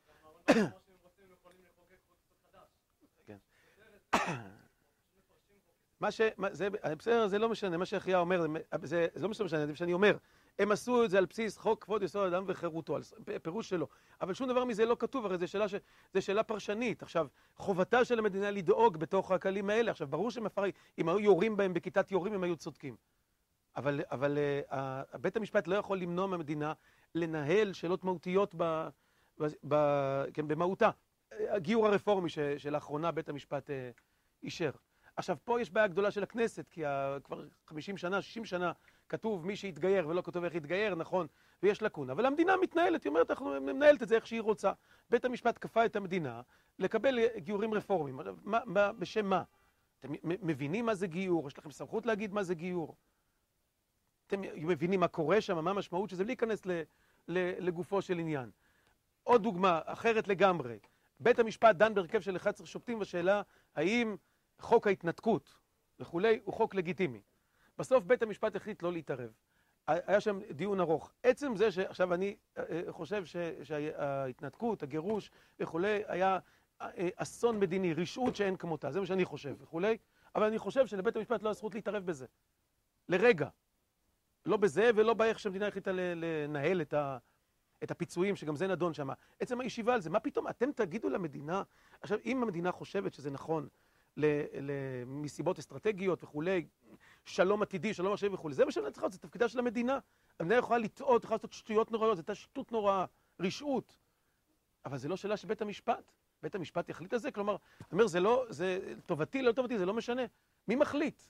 בסדר, זה לא משנה, מה שאחיה אומר, זה לא משנה, זה שאני אומר, הם עשו את זה על בסיס חוק כבוד יסוד האדם וחירותו, על פירוש שלו, אבל שום דבר מזה לא כתוב, הרי זו שאלה פרשנית. עכשיו, חובתה של המדינה לדאוג בתוך הכללים האלה. עכשיו, ברור אם היו יורים בהם בכיתת יורים, הם היו צודקים. אבל בית המשפט לא יכול למנוע מהמדינה לנהל שאלות מהותיות במהותה. הגיור הרפורמי שלאחרונה בית המשפט אישר. עכשיו, פה יש בעיה גדולה של הכנסת, כי כבר 50 שנה, 60 שנה כתוב מי שיתגייר ולא כתוב איך יתגייר, נכון, ויש לקונה. אבל המדינה מתנהלת, היא אומרת, אנחנו מנהלת את זה איך שהיא רוצה. בית המשפט כפה את המדינה לקבל גיורים רפורמיים. בשם מה? אתם מבינים מה זה גיור? יש לכם סמכות להגיד מה זה גיור? אתם מבינים מה קורה שם, מה המשמעות שזה, בלי להיכנס לגופו של עניין. עוד דוגמה, אחרת לגמרי. בית המשפט דן בהרכב של 11 שופטים בשאלה האם חוק ההתנתקות וכולי הוא חוק לגיטימי. בסוף בית המשפט החליט לא להתערב. היה שם דיון ארוך. עצם זה שעכשיו אני חושב שההתנתקות, הגירוש וכולי, היה אסון מדיני, רשעות שאין כמותה. זה מה שאני חושב וכולי. אבל אני חושב שלבית המשפט לא הזכות להתערב בזה. לרגע. לא בזה ולא באיך שהמדינה החליטה לנהל את הפיצויים, שגם זה נדון שם. עצם הישיבה על זה, מה פתאום? אתם תגידו למדינה, עכשיו, אם המדינה חושבת שזה נכון מסיבות אסטרטגיות וכולי, שלום עתידי, שלום עכשיו וכולי, זה מה שאני צריכה, זה תפקידה של המדינה. המדינה יכולה לטעות, יכולה לעשות שטויות נוראיות, זה הייתה שטות נוראה, רשעות. אבל זה לא שאלה של בית המשפט. בית המשפט יחליט על זה, כלומר, זאת אומרת, זה טובתי, לא טובתי, זה לא משנה. מי מחליט?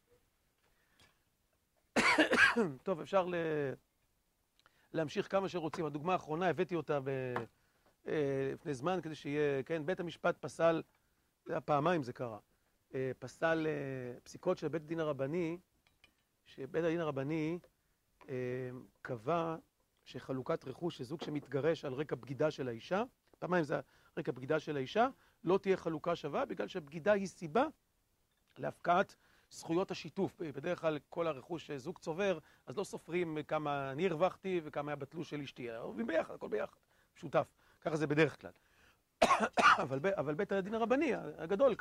טוב, אפשר להמשיך כמה שרוצים. הדוגמה האחרונה, הבאתי אותה לפני זמן, כדי שיהיה, כן, בית המשפט פסל, פעמיים זה קרה, פסל פסיקות של בית הדין הרבני, שבית הדין הרבני קבע שחלוקת רכוש שזוג שמתגרש על רקע בגידה של האישה, פעמיים זה רקע בגידה של האישה, לא תהיה חלוקה שווה, בגלל שבגידה היא סיבה להפקעת זכויות השיתוף. בדרך כלל כל הרכוש שזוג צובר, אז לא סופרים כמה אני הרווחתי וכמה היה בתלוש של אשתי, עובדים ביחד, הכל ביחד, שותף. ככה זה בדרך כלל. אבל בית הדין הרבני הגדול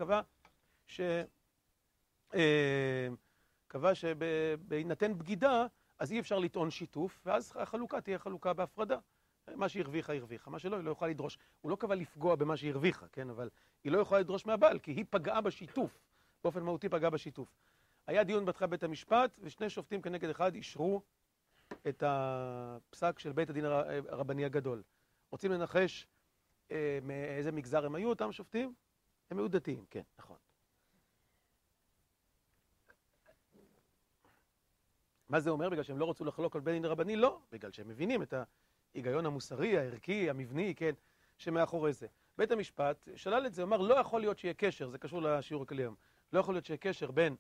קבע שבהינתן בגידה, אז אי אפשר לטעון שיתוף, ואז החלוקה תהיה חלוקה בהפרדה. מה שהרוויחה, הרוויחה. מה שלא, היא לא יכולה לדרוש. הוא לא קבע לפגוע במה שהרוויחה, כן? אבל היא לא יכולה לדרוש מהבעל, כי היא פגעה בשיתוף. באופן מהותי פגעה בשיתוף. היה דיון בהתחלה בית המשפט, ושני שופטים כנגד אחד אישרו את הפסק של בית הדין הרבני הגדול. רוצים לנחש מאיזה מגזר הם היו אותם שופטים? הם היו דתיים, כן, נכון. מה זה אומר? בגלל שהם לא רצו לחלוק על בית הדין הרבני? לא, בגלל שהם מבינים את ההיגיון המוסרי, הערכי, המבני, כן, שמאחורי זה. בית המשפט שלל את זה, אמר, לא יכול להיות שיהיה קשר, זה קשור לשיעור הכללי היום, לא יכול להיות שיהיה קשר בין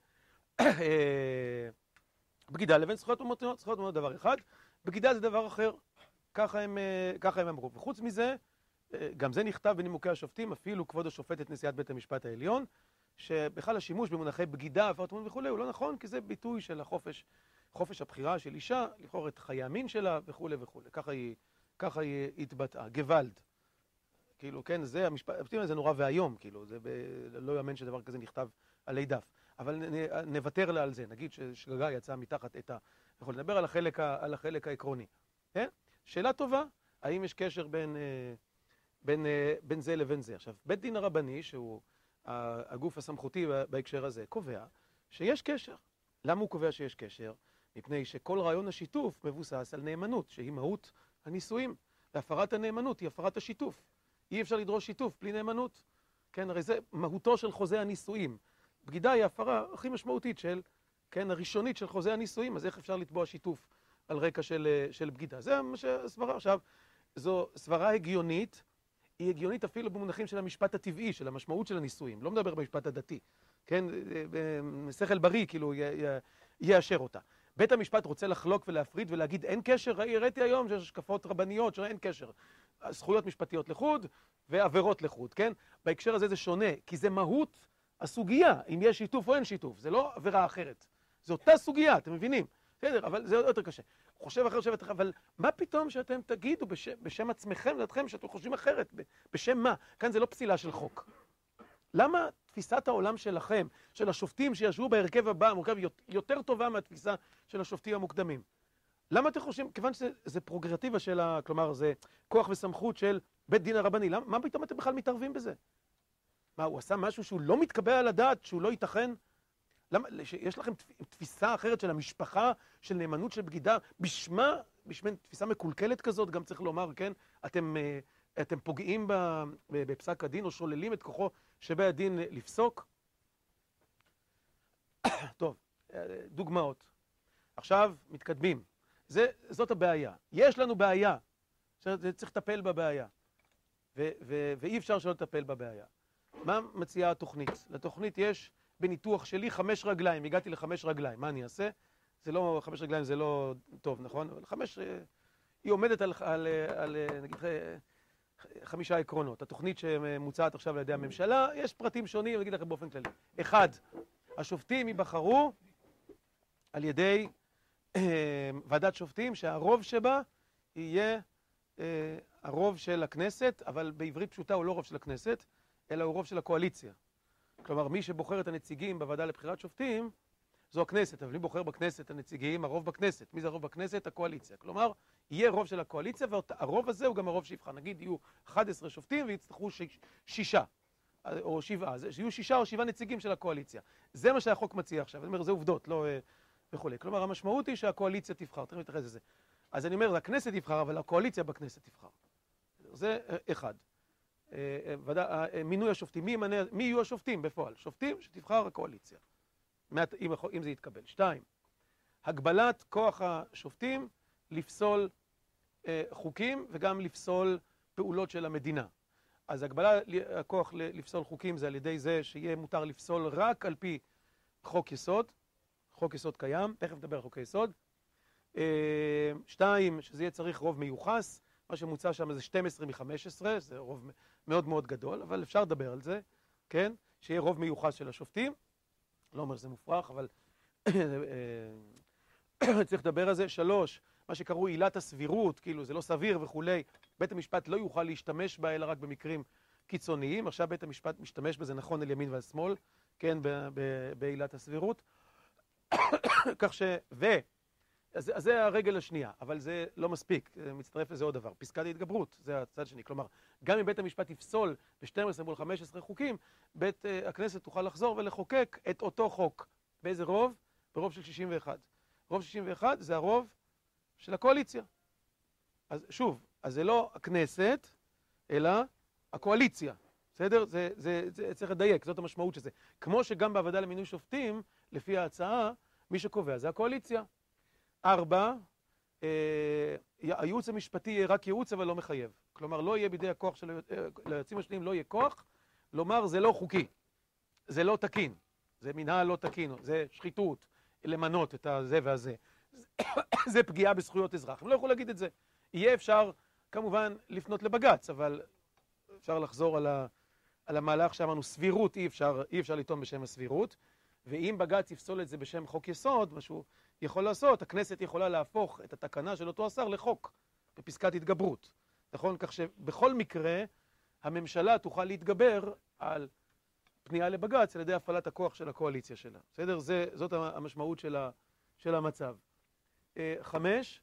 בגידה לבין זכויות אומנותיות. זכויות אומנותיות דבר אחד, בגידה זה דבר אחר. ככה הם אמרו. וחוץ מזה, גם זה נכתב בנימוקי השופטים, אפילו כבוד השופטת נשיאת בית המשפט העליון, שבכלל השימוש במונחי בגידה וכולי הוא לא נכון, כי זה ביטוי של חופש הבחירה של אישה, לבחור את חיי המין שלה וכולי וכולי. ככה היא התבטאה, גוואלד. כאילו, כן, זה המשפט, זה נורא והיום, כאילו, זה לא יאמן שדבר כזה נכתב עלי דף. אבל נוותר לה על זה, נגיד ששגגה יצאה מתחת את יכול לדבר על החלק העקרוני. שאלה טובה, האם יש קשר בין זה לבין זה? עכשיו, בית דין הרבני, שהוא הגוף הסמכותי בהקשר הזה, קובע שיש קשר. למה הוא קובע שיש קשר? מפני שכל רעיון השיתוף מבוסס על נאמנות, שהיא מהות הנישואים, והפרת הנאמנות היא הפרת השיתוף. אי אפשר לדרוש שיתוף בלי נאמנות. כן, הרי זה מהותו של חוזה הנישואים. בגידה היא ההפרה הכי משמעותית כן, הראשונית של חוזה הנישואים, אז איך אפשר לתבוע שיתוף על רקע של בגידה? זה מה שהסברה. עכשיו, זו סברה הגיונית, היא הגיונית אפילו במונחים של המשפט הטבעי, של המשמעות של הנישואים, לא מדבר במשפט הדתי. כן, שכל בריא, כאילו, יאשר אותה. בית המשפט רוצה לחלוק ולהפריד ולהגיד אין קשר, הראיתי היום שיש השקפות רבניות שאין קשר. זכויות משפטיות לחוד ועבירות לחוד, כן? בהקשר הזה זה שונה, כי זה מהות הסוגיה, אם יש שיתוף או אין שיתוף, זה לא עבירה אחרת. זו אותה סוגיה, אתם מבינים? בסדר, אבל זה יותר קשה. חושב אחר, אבל מה פתאום שאתם תגידו בשם עצמכם, לדעתכם, שאתם חושבים אחרת? בשם מה? כאן זה לא פסילה של חוק. למה תפיסת העולם שלכם, של השופטים שישבו בהרכב הבא, מורכב יותר טובה מהתפיסה של השופטים המוקדמים? למה אתם חושבים, כיוון שזה פרוגרטיבה של כלומר, זה כוח וסמכות של בית דין הרבני, מה פתאום אתם בכלל מתערבים בזה? מה, הוא עשה משהו שהוא לא מתקבל על הדעת, שהוא לא ייתכן? למה, יש לכם תפיסה אחרת של המשפחה, של נאמנות, של בגידה, בשמה תפיסה מקולקלת כזאת, גם צריך לומר, כן, אתם פוגעים בפסק הדין, או שוללים את כוחו שבית הדין לפסוק? טוב, דוגמאות. עכשיו מתקדמים. זאת הבעיה. יש לנו בעיה. צריך לטפל בבעיה. ואי אפשר שלא לטפל בבעיה. מה מציעה התוכנית? לתוכנית יש בניתוח שלי 5 רגליים. הגעתי ל5 רגליים. מה אני אעשה? זה לא, 5 רגליים זה לא טוב, נכון? אבל 5, היא עומדת על נגיד, 5 עקרונות. התוכנית שמוצעת עכשיו על ידי הממשלה, יש פרטים שונים, אני אגיד לכם באופן כללי. 1, השופטים ייבחרו על ידי ועדת שופטים, שהרוב שבה יהיה הרוב של הכנסת, אבל בעברית פשוטה הוא לא רוב של הכנסת, אלא הוא רוב של הקואליציה. כלומר, מי שבוחר את הנציגים בוועדה לבחירת שופטים, זו הכנסת, אבל מי בוחר בכנסת הנציגים, הרוב בכנסת. מי זה הרוב בכנסת? הקואליציה. כלומר, יהיה רוב של הקואליציה, והרוב הזה הוא גם הרוב שיבחר. נגיד, יהיו 11 שופטים ויצטרכו 6 או 7. אז יהיו 6 או 7 נציגים של הקואליציה. זה מה שהחוק מציע עכשיו. אני אומר, זה עובדות, לא וכולי. כלומר, המשמעות היא שהקואליציה תבחר. תכף נתייחס לזה. אז אני אומר, הכנסת תבחר, אבל הקואליציה בכנסת תבחר. זה 1. מינוי השופטים. מי יהיו השופטים בפועל? שופטים שתבחר הקואליציה. אם זה יתקבל. 2. הגבלת כוח השופטים לפסול חוקים וגם לפסול פעולות של המדינה. אז הגבלת הכוח לפסול חוקים זה על ידי זה שיהיה מותר לפסול רק על פי חוק יסוד. חוק יסוד קיים, תכף נדבר על חוקי יסוד. 2, שזה יהיה צריך רוב מיוחס. מה שמוצע שם זה 12 מ-15, זה רוב מאוד מאוד גדול, אבל אפשר לדבר על זה, כן? שיהיה רוב מיוחס של השופטים. לא אומר שזה מופרך, אבל צריך לדבר על זה. 3, מה שקראו עילת הסבירות, כאילו זה לא סביר וכולי, בית המשפט לא יוכל להשתמש בה, אלא רק במקרים קיצוניים. עכשיו בית המשפט משתמש בזה נכון על ימין ועל שמאל, כן, בעילת הסבירות. כך אז זה הרגל השנייה, אבל זה לא מספיק, מצטרף לזה עוד דבר. פסקת ההתגברות, זה הצד שני. כלומר, גם אם בית המשפט יפסול ב-12 מול 15 חוקים, הכנסת תוכל לחזור ולחוקק את אותו חוק. באיזה רוב? ברוב של 61. רוב 61 זה הרוב של הקואליציה. אז שוב, אז זה לא הכנסת, אלא הקואליציה. בסדר? זה צריך לדייק, זאת המשמעות של זה. כמו שגם בוועדה למינוי שופטים, לפי ההצעה, מי שקובע זה הקואליציה. 4, הייעוץ המשפטי יהיה רק ייעוץ אבל לא מחייב. כלומר, לא יהיה בידי הכוח של היועצים השניים, לא יהיה כוח, לומר זה לא חוקי, זה לא תקין, זה מנהל לא תקין, זה שחיתות, למנות את הזה והזה. זה פגיעה בזכויות אזרח. הם לא יכולו להגיד את זה. יהיה אפשר, כמובן, לפנות לבג"ץ, אבל אפשר לחזור על המהלך שאמרנו, סבירות אי אפשר לטעון בשם הסבירות, ואם בג"ץ יפסול את זה בשם חוק יסוד, מה שהוא יכול לעשות, הכנסת יכולה להפוך את התקנה של אותו השר לחוק, בפסקת התגברות. נכון? כך שבכל מקרה, הממשלה תוכל להתגבר על פנייה לבג"ץ על ידי הפעלת הכוח של הקואליציה שלה. בסדר? זאת המשמעות של המצב. 5,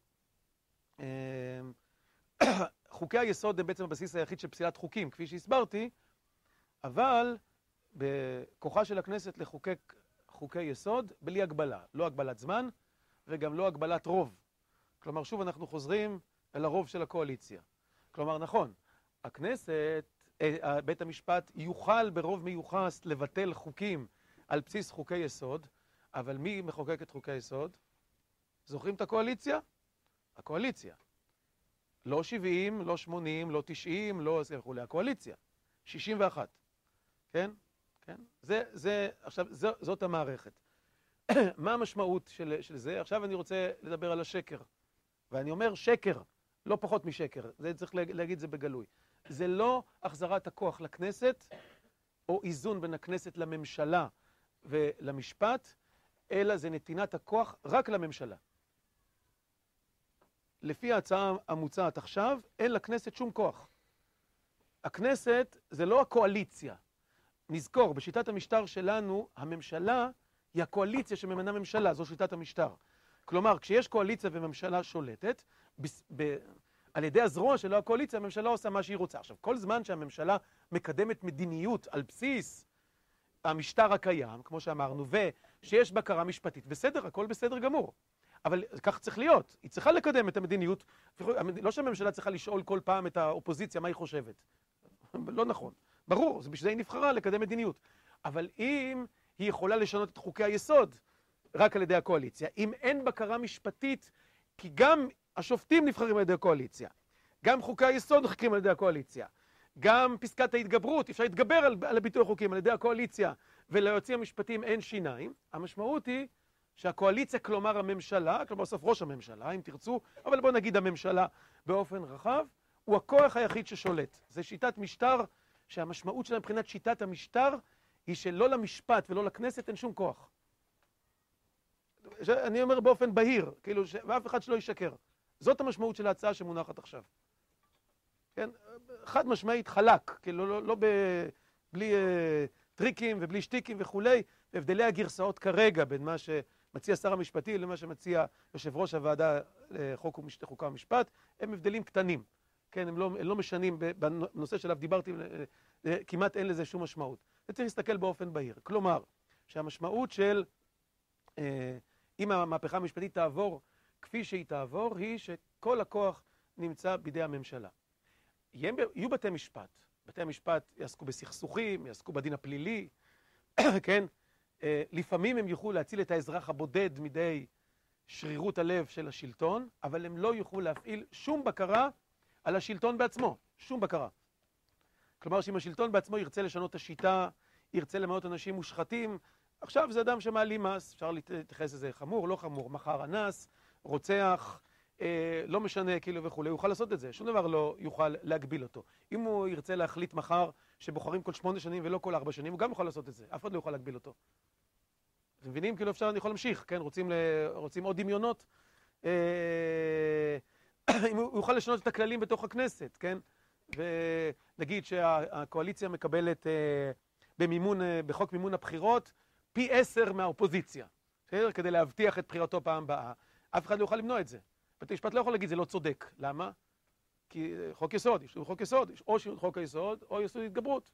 חוקי היסוד הם בעצם הבסיס היחיד של פסילת חוקים, כפי שהסברתי, אבל בכוחה של הכנסת לחוקק חוקי יסוד בלי הגבלה, לא הגבלת זמן וגם לא הגבלת רוב. כלומר, שוב אנחנו חוזרים אל הרוב של הקואליציה. כלומר, נכון, הכנסת, בית המשפט יוכל ברוב מיוחס לבטל חוקים על בסיס חוקי יסוד, אבל מי מחוקק את חוקי יסוד? זוכרים את הקואליציה? הקואליציה. לא 70, לא 80, לא 90, לא וכולי, הקואליציה. 61. כן? כן? עכשיו, זאת המערכת. מה המשמעות של זה? עכשיו אני רוצה לדבר על השקר. ואני אומר שקר, לא פחות משקר. זה צריך להגיד זה בגלוי. זה לא החזרת הכוח לכנסת, או איזון בין הכנסת לממשלה ולמשפט, אלא זה נתינת הכוח רק לממשלה. לפי ההצעה המוצעת עכשיו, אין לכנסת שום כוח. הכנסת זה לא הקואליציה. נזכור, בשיטת המשטר שלנו, הממשלה היא הקואליציה שממנה ממשלה, זו שיטת המשטר. כלומר, כשיש קואליציה וממשלה שולטת, על ידי הזרוע שלו הקואליציה, הממשלה עושה מה שהיא רוצה. עכשיו, כל זמן שהממשלה מקדמת מדיניות על בסיס המשטר הקיים, כמו שאמרנו, ושיש בקרה משפטית, בסדר, הכל בסדר גמור. אבל כך צריך להיות. היא צריכה לקדם את המדיניות. לא שהממשלה צריכה לשאול כל פעם את האופוזיציה מה היא חושבת. לא נכון. ברור, בשביל זה היא נבחרה לקדם מדיניות. אבל אם היא יכולה לשנות את חוקי היסוד רק על ידי הקואליציה, אם אין בקרה משפטית, כי גם השופטים נבחרים על ידי הקואליציה, גם חוקי היסוד נחקרים על ידי הקואליציה, גם פסקת ההתגברות, אפשר להתגבר על הביטוי החוקים על ידי הקואליציה, וליועצים המשפטיים אין שיניים, המשמעות היא שהקואליציה, כלומר הממשלה, כלומר בסוף ראש הממשלה, אם תרצו, אבל בואו נגיד הממשלה באופן רחב, הוא הכוח היחיד ששולט. זה שיטת משטר שהמשמעות שלה מבחינת שיטת המשטר היא שלא למשפט ולא לכנסת אין שום כוח. אני אומר באופן בהיר, כאילו, ואף אחד שלא ישקר. זאת המשמעות של ההצעה שמונחת עכשיו. כן? חד משמעית חלק, כאילו בלי טריקים ובלי שטיקים וכולי, והבדלי הגרסאות כרגע בין מה שמציע שר המשפטי למה שמציע יושב ראש הוועדה חוקה ומשפט, הם הבדלים קטנים. כן, הם לא משנים, בנושא שלו דיברתי, כמעט אין לזה שום משמעות. זה צריך להסתכל באופן בהיר. כלומר, שהמשמעות של, אם המהפכה המשפטית תעבור כפי שהיא תעבור, היא שכל הכוח נמצא בידי הממשלה. יהיו בתי משפט. בתי המשפט יעסקו בסכסוכים, יעסקו בדין הפלילי, כן? לפעמים הם יוכלו להציל את האזרח הבודד מידי שרירות הלב של השלטון, אבל הם לא יוכלו להפעיל שום בקרה על השלטון בעצמו, שום בקרה. כלומר, שאם השלטון בעצמו ירצה לשנות את השיטה, ירצה למנות אנשים מושחתים, עכשיו זה אדם שמעלים מס, אפשר להתייחס לזה חמור, לא חמור, מחר אנס, רוצח, לא משנה כאילו וכו', הוא יוכל לעשות את זה, שום דבר לא יוכל להגביל אותו. אם הוא ירצה להחליט מחר שבוחרים כל 8 שנים ולא כל 4 שנים, הוא גם יכול לעשות את זה, אף אחד לא יוכל להגביל אותו. אתם מבינים? כאילו אפשר, אני יכול להמשיך, כן? רוצים עוד דמיונות? אם הוא יוכל לשנות את הכללים בתוך הכנסת, כן? ונגיד שהקואליציה מקבלת בחוק מימון הבחירות פי 10 מהאופוזיציה, בסדר? כדי להבטיח את בחירתו פעם הבאה. אף אחד לא יוכל למנוע את זה. בית המשפט לא יכול להגיד, זה לא צודק. למה? כי חוק יסוד, יש חוק יסוד, יש או שירות חוק היסוד, או יסוד התגברות.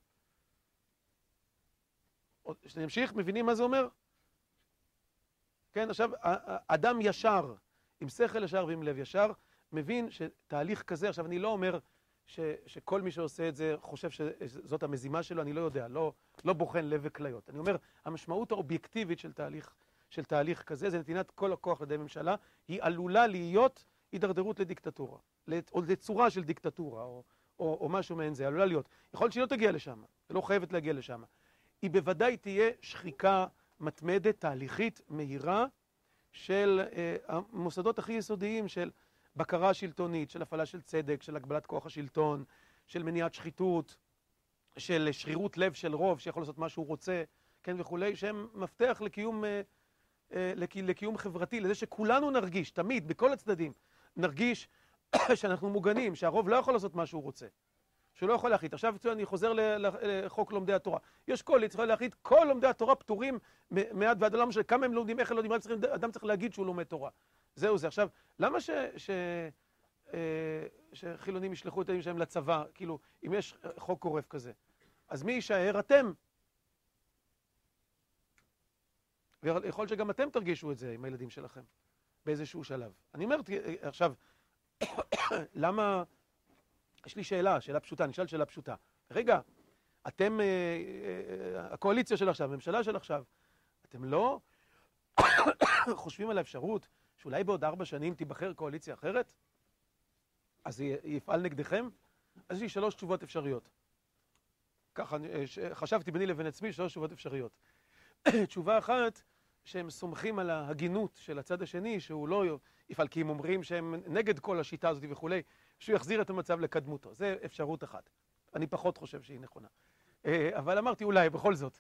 שנמשיך, מבינים מה זה אומר? כן, עכשיו, אדם ישר, עם שכל ישר ועם לב ישר, מבין שתהליך כזה, עכשיו אני לא אומר שכל מי שעושה את זה חושב שזאת המזימה שלו, אני לא יודע, לא בוחן לב וכליות. אני אומר, המשמעות האובייקטיבית של תהליך כזה, זה נתינת כל הכוח לידי ממשלה, היא עלולה להיות הידרדרות לדיקטטורה, או לצורה של דיקטטורה, או משהו מעין זה, עלולה להיות. יכול להיות שהיא לא תגיע לשם, היא לא חייבת להגיע לשם. היא בוודאי תהיה שחיקה מתמדת, תהליכית, מהירה, של המוסדות הכי יסודיים של בקרה שלטונית, של הפעלה של צדק, של הגבלת כוח השלטון, של מניעת שחיתות, של שרירות לב של רוב, שיכול לעשות מה שהוא רוצה, כן, וכולי, שהם מפתח לקיום חברתי, לזה שכולנו נרגיש, תמיד, בכל הצדדים, נרגיש שאנחנו מוגנים, שהרוב לא יכול לעשות מה שהוא רוצה, שהוא לא יכול להחליט. עכשיו אני חוזר לחוק לומדי התורה. יש קואליציה, צריך להחליט, כל לומדי התורה פטורים מעד ועד עולם של כמה הם לומדים, איך הם לומדים, אדם צריך להגיד שהוא לומד תורה. זהו זה. עכשיו, למה שחילונים ישלחו את הילדים שלהם לצבא, כאילו, אם יש חוק גורף כזה? אז מי יישאר? אתם. ויכול להיות שגם אתם תרגישו את זה עם הילדים שלכם, באיזשהו שלב. אני אומר, עכשיו, למה... יש לי שאלה פשוטה, אני אשאל שאלה פשוטה. רגע, אתם, הקואליציה של עכשיו, הממשלה של עכשיו, אתם לא חושבים על האפשרות שאולי בעוד 4 שנים תיבחר קואליציה אחרת? אז יפעל נגדכם? אז יש לי 3 תשובות אפשריות. ככה, חשבתי ביני לבין עצמי 3 תשובות אפשריות. תשובה אחת, שהם סומכים על ההגינות של הצד השני, שהוא לא יפעל, כי הם אומרים שהם נגד כל השיטה הזאת וכולי, שהוא יחזיר את המצב לקדמותו. זה אפשרות אחת. אני פחות חושב שהיא נכונה. אבל אמרתי אולי, בכל זאת.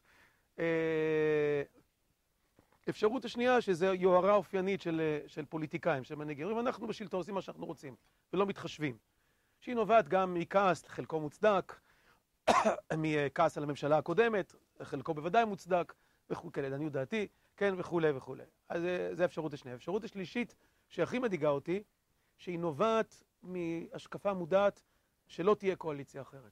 אפשרות השנייה, שזו יוהרה אופיינית של פוליטיקאים, של מנהיגים. אנחנו בשלטון עושים מה שאנחנו רוצים, ולא מתחשבים. שהיא נובעת גם מכעס, חלקו מוצדק, מכעס על הממשלה הקודמת, חלקו בוודאי מוצדק, וכולי, לעניות דעתי, כן, וכולי וכולי. אז זה האפשרות השנייה. האפשרות השלישית, שהכי מדאיגה אותי, שהיא נובעת מהשקפה מודעת שלא תהיה קואליציה אחרת.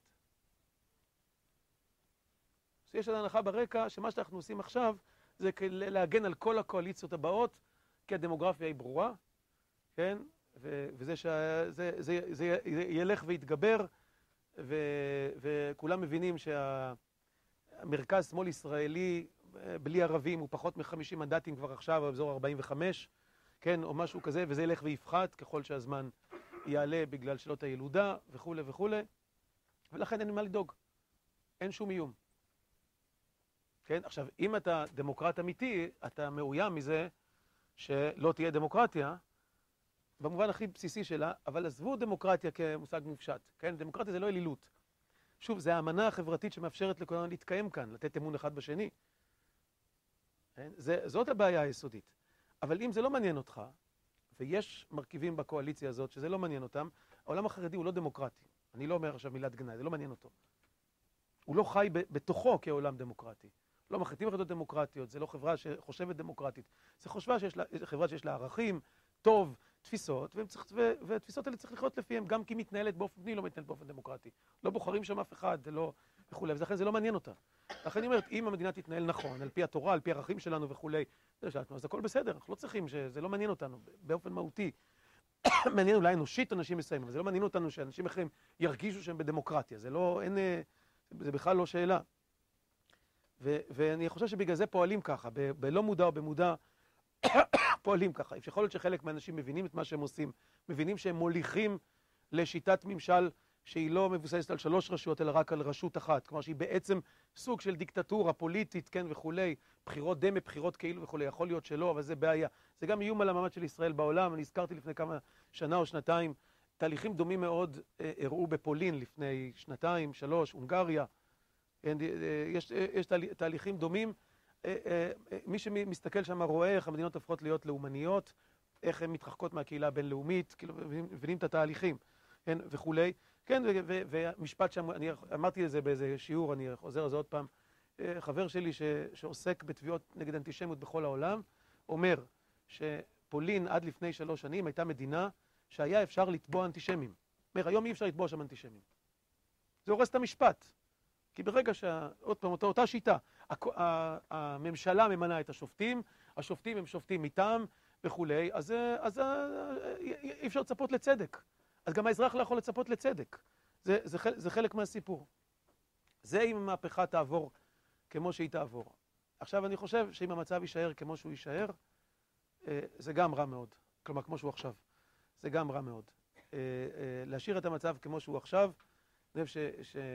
אז יש הנחה ברקע שמה שאנחנו עושים עכשיו זה להגן על כל הקואליציות הבאות, כי הדמוגרפיה היא ברורה, כן? וזה שזה ילך ויתגבר, וכולם מבינים שהמרכז שמאל ישראלי בלי ערבים הוא פחות מ-50 מנדטים כבר עכשיו, באזור 45, כן, או משהו כזה, וזה ילך ויפחת ככל שהזמן יעלה בגלל שאלות הילודה וכו' וכו', ולכן אין מה לדאוג, אין שום איום. כן, עכשיו, אם אתה דמוקרט אמיתי, אתה מאוים מזה שלא תהיה דמוקרטיה, במובן הכי בסיסי שלה, אבל עזבו דמוקרטיה כמושג מופשט, כן, דמוקרטיה זה לא אלילות. שוב, זה האמנה החברתית שמאפשרת לכולנו להתקיים כאן, לתת אמון אחד בשני. כן? זאת הבעיה היסודית. אבל אם זה לא מעניין אותך, ויש מרכיבים בקואליציה הזאת שזה לא מעניין אותם, העולם החרדי הוא לא דמוקרטי. אני לא אומר עכשיו מילת גנאי, זה לא מעניין אותו. הוא לא חי בתוכו כעולם דמוקרטי. לא מחליטים החלטות דמוקרטיות, זה לא חברה שחושבת דמוקרטית. זה חברה שיש לה ערכים, טוב, תפיסות, והתפיסות האלה צריך לחיות לפיהם, גם כי היא מתנהלת באופן פנימי, לא מתנהלת באופן דמוקרטי. לא בוחרים שם אף אחד, וכו', ולכן זה לא מעניין אותה. לכן אני אומרת, אם המדינה תתנהל נכון, על פי התורה, על פי הערכים שלנו וכו', אז הכל בסדר, אנחנו לא צריכים, זה לא מעניין אותנו באופן מהותי. מעניין אולי אנושית אנשים מסיימים, אבל זה לא מעניין אותנו שאנשים אחרים ירגישו שהם בדמוקרטיה, זה בכלל לא שאלה. ואני חושב שבגלל זה פועלים ככה, בלא מודע או במודע, פועלים ככה. יכול להיות שחלק מהאנשים מבינים את מה שהם עושים, מבינים שהם מוליכים לשיטת ממשל שהיא לא מבוססת על 3 רשויות, אלא רק על רשות אחת. כלומר שהיא בעצם סוג של דיקטטורה פוליטית, כן, וכולי, בחירות דמה, בחירות כאילו וכולי. יכול להיות שלא, אבל זה בעיה. זה גם איום על המעמד של ישראל בעולם. אני הזכרתי לפני כמה שנה או שנתיים, תהליכים דומים מאוד הראו בפולין לפני 2, 3, הונגריה. יש תהליכים דומים. מי שמסתכל שם רואה איך המדינות הופכות להיות לאומניות, איך הן מתרחקות מהקהילה הבינלאומית, כאילו, מבינים את התהליכים, כן, וכולי. כן, ומשפט שם, אני אמרתי את זה באיזה שיעור, אני חוזר על זה עוד פעם, חבר שלי שעוסק בתביעות נגד אנטישמיות בכל העולם, אומר שפולין עד לפני 3 שנים הייתה מדינה שהיה אפשר לתבוע אנטישמים. אומר, היום אי אפשר לתבוע שם אנטישמים. זה הורס את המשפט. כי ברגע עוד פעם, אותה שיטה, הממשלה ממנה את השופטים, השופטים הם שופטים מטעם וכולי, אז אי אפשר לצפות לצדק. אז גם האזרח לא יכול לצפות לצדק. זה חלק מהסיפור. זה אם המהפכה תעבור כמו שהיא תעבור. עכשיו אני חושב שאם המצב יישאר כמו שהוא יישאר, זה גם רע מאוד. כלומר, כמו שהוא עכשיו. זה גם רע מאוד. להשאיר את המצב כמו שהוא עכשיו, אני חושב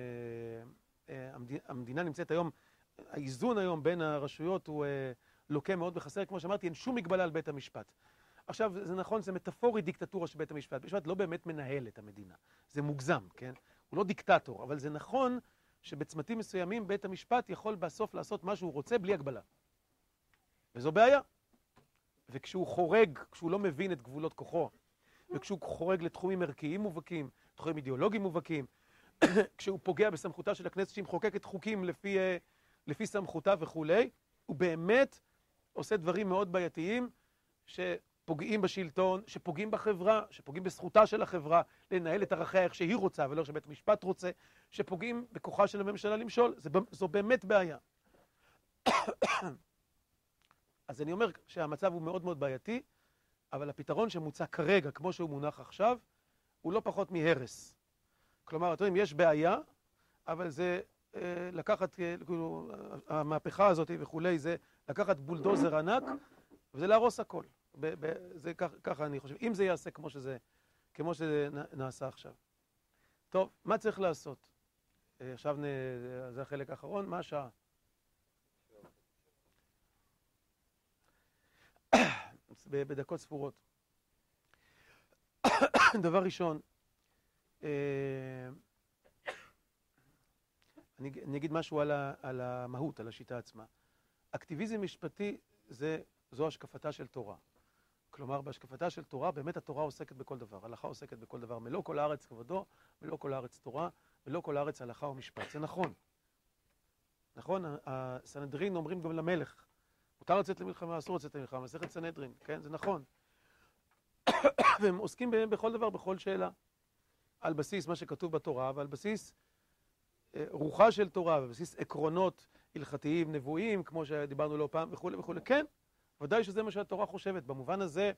שהמדינה נמצאת היום, האיזון היום בין הרשויות הוא לוקה מאוד בחסר. כמו שאמרתי, אין שום מגבלה על בית המשפט. עכשיו, זה נכון, זה מטאפורית דיקטטורה של בית המשפט. בית המשפט לא באמת מנהל את המדינה. זה מוגזם, כן? הוא לא דיקטטור, אבל זה נכון שבצמתים מסוימים בית המשפט יכול בסוף לעשות מה שהוא רוצה בלי הגבלה. וזו בעיה. וכשהוא חורג, כשהוא לא מבין את גבולות כוחו, וכשהוא חורג לתחומים ערכיים מובהקים, תחומים אידיאולוגיים מובהקים, כשהוא פוגע בסמכותה של הכנסת שהיא מחוקקת חוקים לפי סמכותה וכולי, הוא באמת עושה דברים מאוד בעייתיים שפוגעים בשלטון, שפוגעים בחברה, שפוגעים בזכותה של החברה לנהל את ערכיה איך שהיא רוצה ולא שבית המשפט רוצה, שפוגעים בכוחה של הממשלה למשול. זו באמת בעיה. אז אני אומר שהמצב הוא מאוד מאוד בעייתי, אבל הפתרון שמוצע כרגע, כמו שהוא מונח עכשיו, הוא לא פחות מהרס. כלומר, אתם יודעים, יש בעיה, אבל זה לקחת, כאילו, המהפכה הזאת וכולי, זה לקחת בולדוזר ענק, וזה להרוס הכל. זה ככה אני חושב. אם זה יעשה כמו שזה נעשה עכשיו. טוב, מה צריך לעשות? עכשיו זה החלק האחרון, מה השעה? בדקות ספורות. דבר ראשון, אני אגיד משהו על המהות, על השיטה עצמה. אקטיביזם משפטי זו השקפתה של תורה. כלומר, בהשקפתה של תורה, באמת התורה עוסקת בכל דבר. הלכה עוסקת בכל דבר. מלוא כל הארץ כבודו, מלוא כל הארץ תורה, מלוא כל הארץ הלכה ומשפט. זה נכון. נכון? הסנהדרין אומרים גם למלך, מותר לצאת למלחמה, אסור לצאת למלחמה, מסכת סנהדרין, כן? זה נכון. והם עוסקים בכל דבר, בכל שאלה. על בסיס מה שכתוב בתורה, ועל בסיס רוחה של תורה, ובסיס עקרונות הלכתיים, נבואיים, כמו שדיברנו לא פעם, וכו' וכו'. כן, ודאי שזה מה שהתורה חושבת. במובן הזה,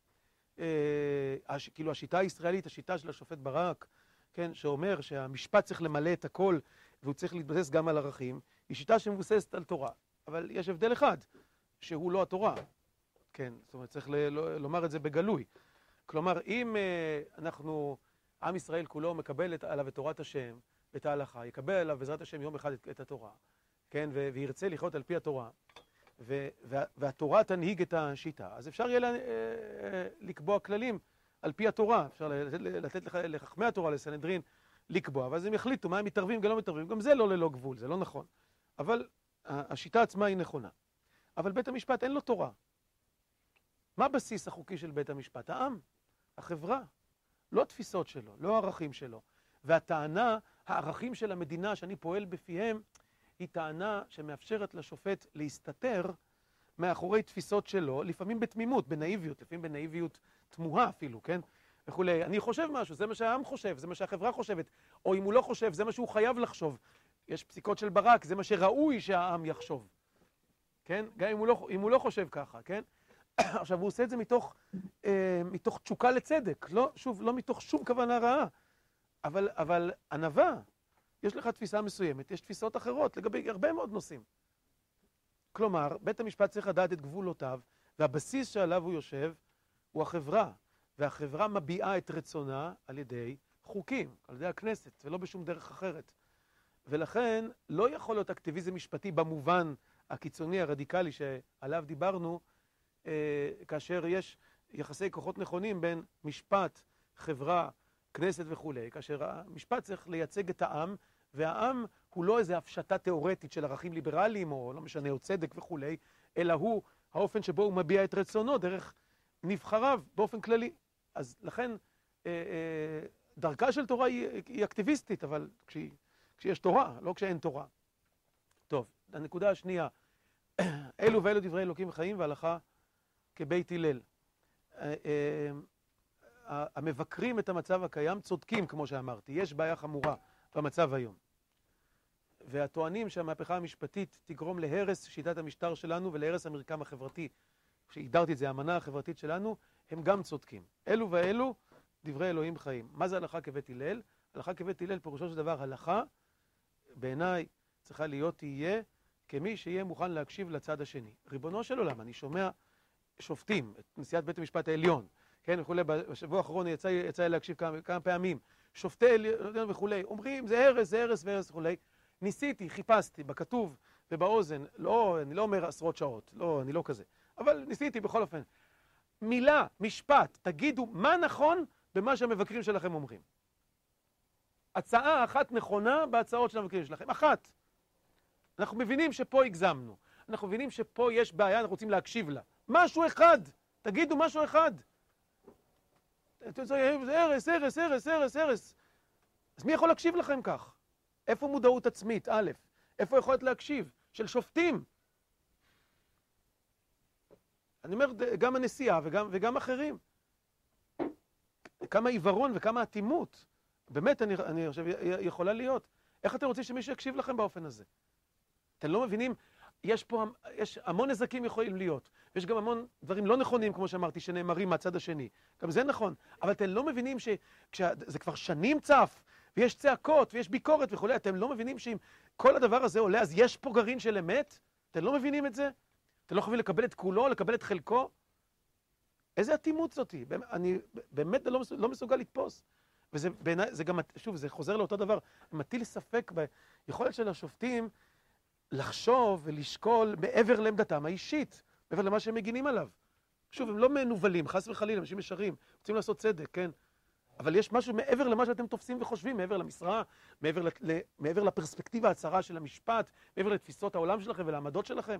כאילו השיטה הישראלית, השיטה של השופט ברק, כן, שאומר שהמשפט צריך למלא את הכל, והוא צריך להתבסס גם על ערכים, היא שיטה שמבוססת על תורה. אבל יש הבדל אחד, שהוא לא התורה. כן, זאת אומרת, צריך לומר את זה בגלוי. כלומר, אם עם ישראל כולו מקבל עליו את תורת השם, את ההלכה, יקבל עליו בעזרת השם יום אחד את התורה, כן, וירצה לחיות על פי התורה, והתורה תנהיג את השיטה, אז אפשר יהיה לקבוע כללים על פי התורה, אפשר לתת לחכמי התורה, לסנהדרין, לקבוע, ואז הם יחליטו מה הם מתערבים ולא מתערבים, גם זה לא ללא גבול, זה לא נכון. אבל השיטה עצמה היא נכונה. אבל בית המשפט אין לו תורה. מה הבסיס החוקי של בית המשפט? העם, החברה, לא התפיסות שלו, לא הערכים שלו. והטענה, הערכים של המדינה שאני פועל בפיהם, היא טענה שמאפשרת לשופט להסתתר מאחורי תפיסות שלו, לפעמים בתמימות, בנאיביות, לפעמים בנאיביות תמוהה אפילו, כן? וכולי. אני חושב משהו, זה מה שהעם חושב, זה מה שהחברה חושבת, או אם הוא לא חושב, זה מה שהוא חייב לחשוב. יש פסיקות של ברק, זה מה שראוי שהעם יחשוב. כן? גם אם הוא לא חושב ככה, כן? עכשיו, הוא עושה את זה מתוך תשוקה לצדק, לא, שוב, לא מתוך שום כוונה רעה. אבל ענווה, יש לך תפיסה מסוימת, יש תפיסות אחרות לגבי הרבה מאוד נושאים. כלומר, בית המשפט צריך לדעת את גבולותיו, והבסיס שעליו הוא יושב הוא החברה, והחברה מביעה את רצונה על ידי חוקים, על ידי הכנסת, ולא בשום דרך אחרת. ולכן לא יכול להיות אקטיביזם משפטי במובן הקיצוני, הרדיקלי שעליו דיברנו, כאשר יש יחסי כוחות נכונים בין משפט, חברה, כנסת וכולי, כאשר המשפט צריך לייצג את העם, והעם הוא לא איזו הפשטה תיאורטית של ערכים ליברליים, או לא משנה, או צדק וכולי, אלא הוא האופן שבו הוא מביע את רצונו דרך נבחריו באופן כללי. אז לכן דרכה של תורה היא אקטיביסטית, אבל כשיש תורה, לא כשאין תורה. טוב, הנקודה השנייה, אלו ואלו דברי אלוקים חיים והלכה כבית הלל. המבקרים את המצב הקיים צודקים, כמו שאמרתי, יש בעיה חמורה במצב היום. והטוענים שהמהפכה המשפטית תגרום להרס שיטת המשטר שלנו ולהרס המרקם החברתי, שהגדרתי את זה, האמנה החברתית שלנו, הם גם צודקים. אלו ואלו דברי אלוהים חיים. מה זה הלכה כבית הלל? הלכה כבית הלל פירושו של דבר, הלכה בעיניי צריכה להיות תהיה כמי שיהיה מוכן להקשיב לצד השני. ריבונו של עולם, אני שומע שופטים, את נשיאת בית המשפט העליון, כן, וכולי, בשבוע האחרון יצא לי להקשיב כמה פעמים, שופטי עליון וכולי, אומרים זה הרס, זה הרס והרס וכולי. ניסיתי, חיפשתי בכתוב ובאוזן, לא, אני לא אומר עשרות שעות, לא, אני לא כזה, אבל ניסיתי בכל אופן. מילה, משפט, תגידו מה נכון במה שהמבקרים שלכם אומרים. הצעה אחת נכונה בהצעות של המבקרים שלכם. אחת. אנחנו מבינים שפה הגזמנו. אנחנו מבינים שפה יש בעיה, אנחנו רוצים להקשיב לה. משהו אחד. תגידו משהו אחד. זה הרס, הרס, הרס, הרס, הרס. אז מי יכול להקשיב לכם כך? איפה מודעות עצמית? א', איפה יכולת להקשיב? של שופטים. אני אומר, גם הנשיאה וגם אחרים. כמה עיוורון וכמה אטימות. באמת, אני חושב, יכולה להיות. איך אתם רוצים שמישהו יקשיב לכם באופן הזה? אתם לא מבינים? יש המון נזקים יכולים להיות. ויש גם המון דברים לא נכונים, כמו שאמרתי, שנאמרים מהצד השני. גם זה נכון. אבל אתם לא מבינים שזה כבר שנים צף, ויש צעקות, ויש ביקורת וכו'. אתם לא מבינים שאם כל הדבר הזה עולה, אז יש פה גרעין של אמת? אתם לא מבינים את זה? אתם לא יכולים לקבל את כולו, לקבל את חלקו? איזה אטימות זאתי? אני באמת לא מסוגל לתפוס. וזה בעיניי, זה גם, שוב, זה חוזר לאותו דבר. מטיל ספק ביכולת של השופטים לחשוב ולשקול מעבר לעמדתם האישית, מעבר למה שהם מגינים עליו. שוב, הם לא מנובלים, חס וחלילה, אנשים ישרים, רוצים לעשות צדק, כן? אבל יש משהו מעבר למה שאתם תופסים וחושבים, מעבר למשרה, מעבר לפרספקטיבה הצרה של המשפט, מעבר לתפיסות העולם שלכם ולעמדות שלכם.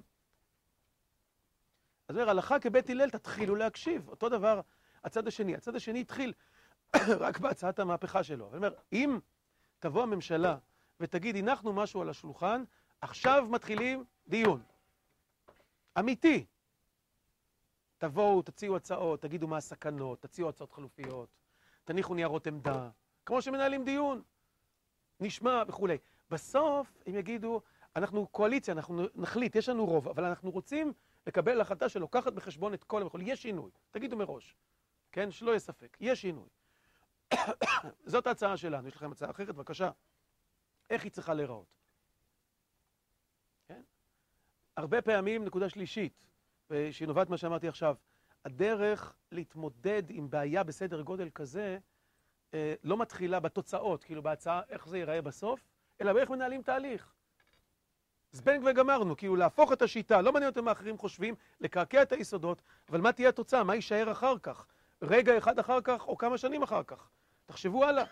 אז אומר, הלכה כבית הלל, תתחילו להקשיב. אותו דבר, הצד השני התחיל רק בהצעת המהפכה שלו. אומר, אם תבוא הממשלה ותגיד, הנחנו משהו על השולחן, עכשיו מתחילים דיון. אמיתי. תבואו, תציעו הצעות, תגידו מה הסכנות, תציעו הצעות חלופיות, תניחו ניירות עמדה, כמו שמנהלים דיון. נשמע וכו'. בסוף הם יגידו, אנחנו קואליציה, אנחנו נחליט, יש לנו רוב, אבל אנחנו רוצים לקבל החלטה שלוקחת בחשבון את כל המחול. יש שינוי, תגידו מראש, כן? שלא יהיה ספק, יש שינוי. זאת ההצעה שלנו, יש לכם הצעה אחרת, בבקשה. איך היא צריכה להיראות? כן? הרבה פעמים, נקודה שלישית, שהיא נובעת מה שאמרתי עכשיו, הדרך להתמודד עם בעיה בסדר גודל כזה, לא מתחילה בתוצאות, כאילו בהצעה איך זה ייראה בסוף, אלא באיך מנהלים תהליך. זבנג וגמרנו, כאילו להפוך את השיטה, לא מעניין אותם מה אחרים חושבים, לקעקע את היסודות, אבל מה תהיה התוצאה? מה יישאר אחר כך? רגע אחד אחר כך או כמה שנים אחר כך? תחשבו הלאה.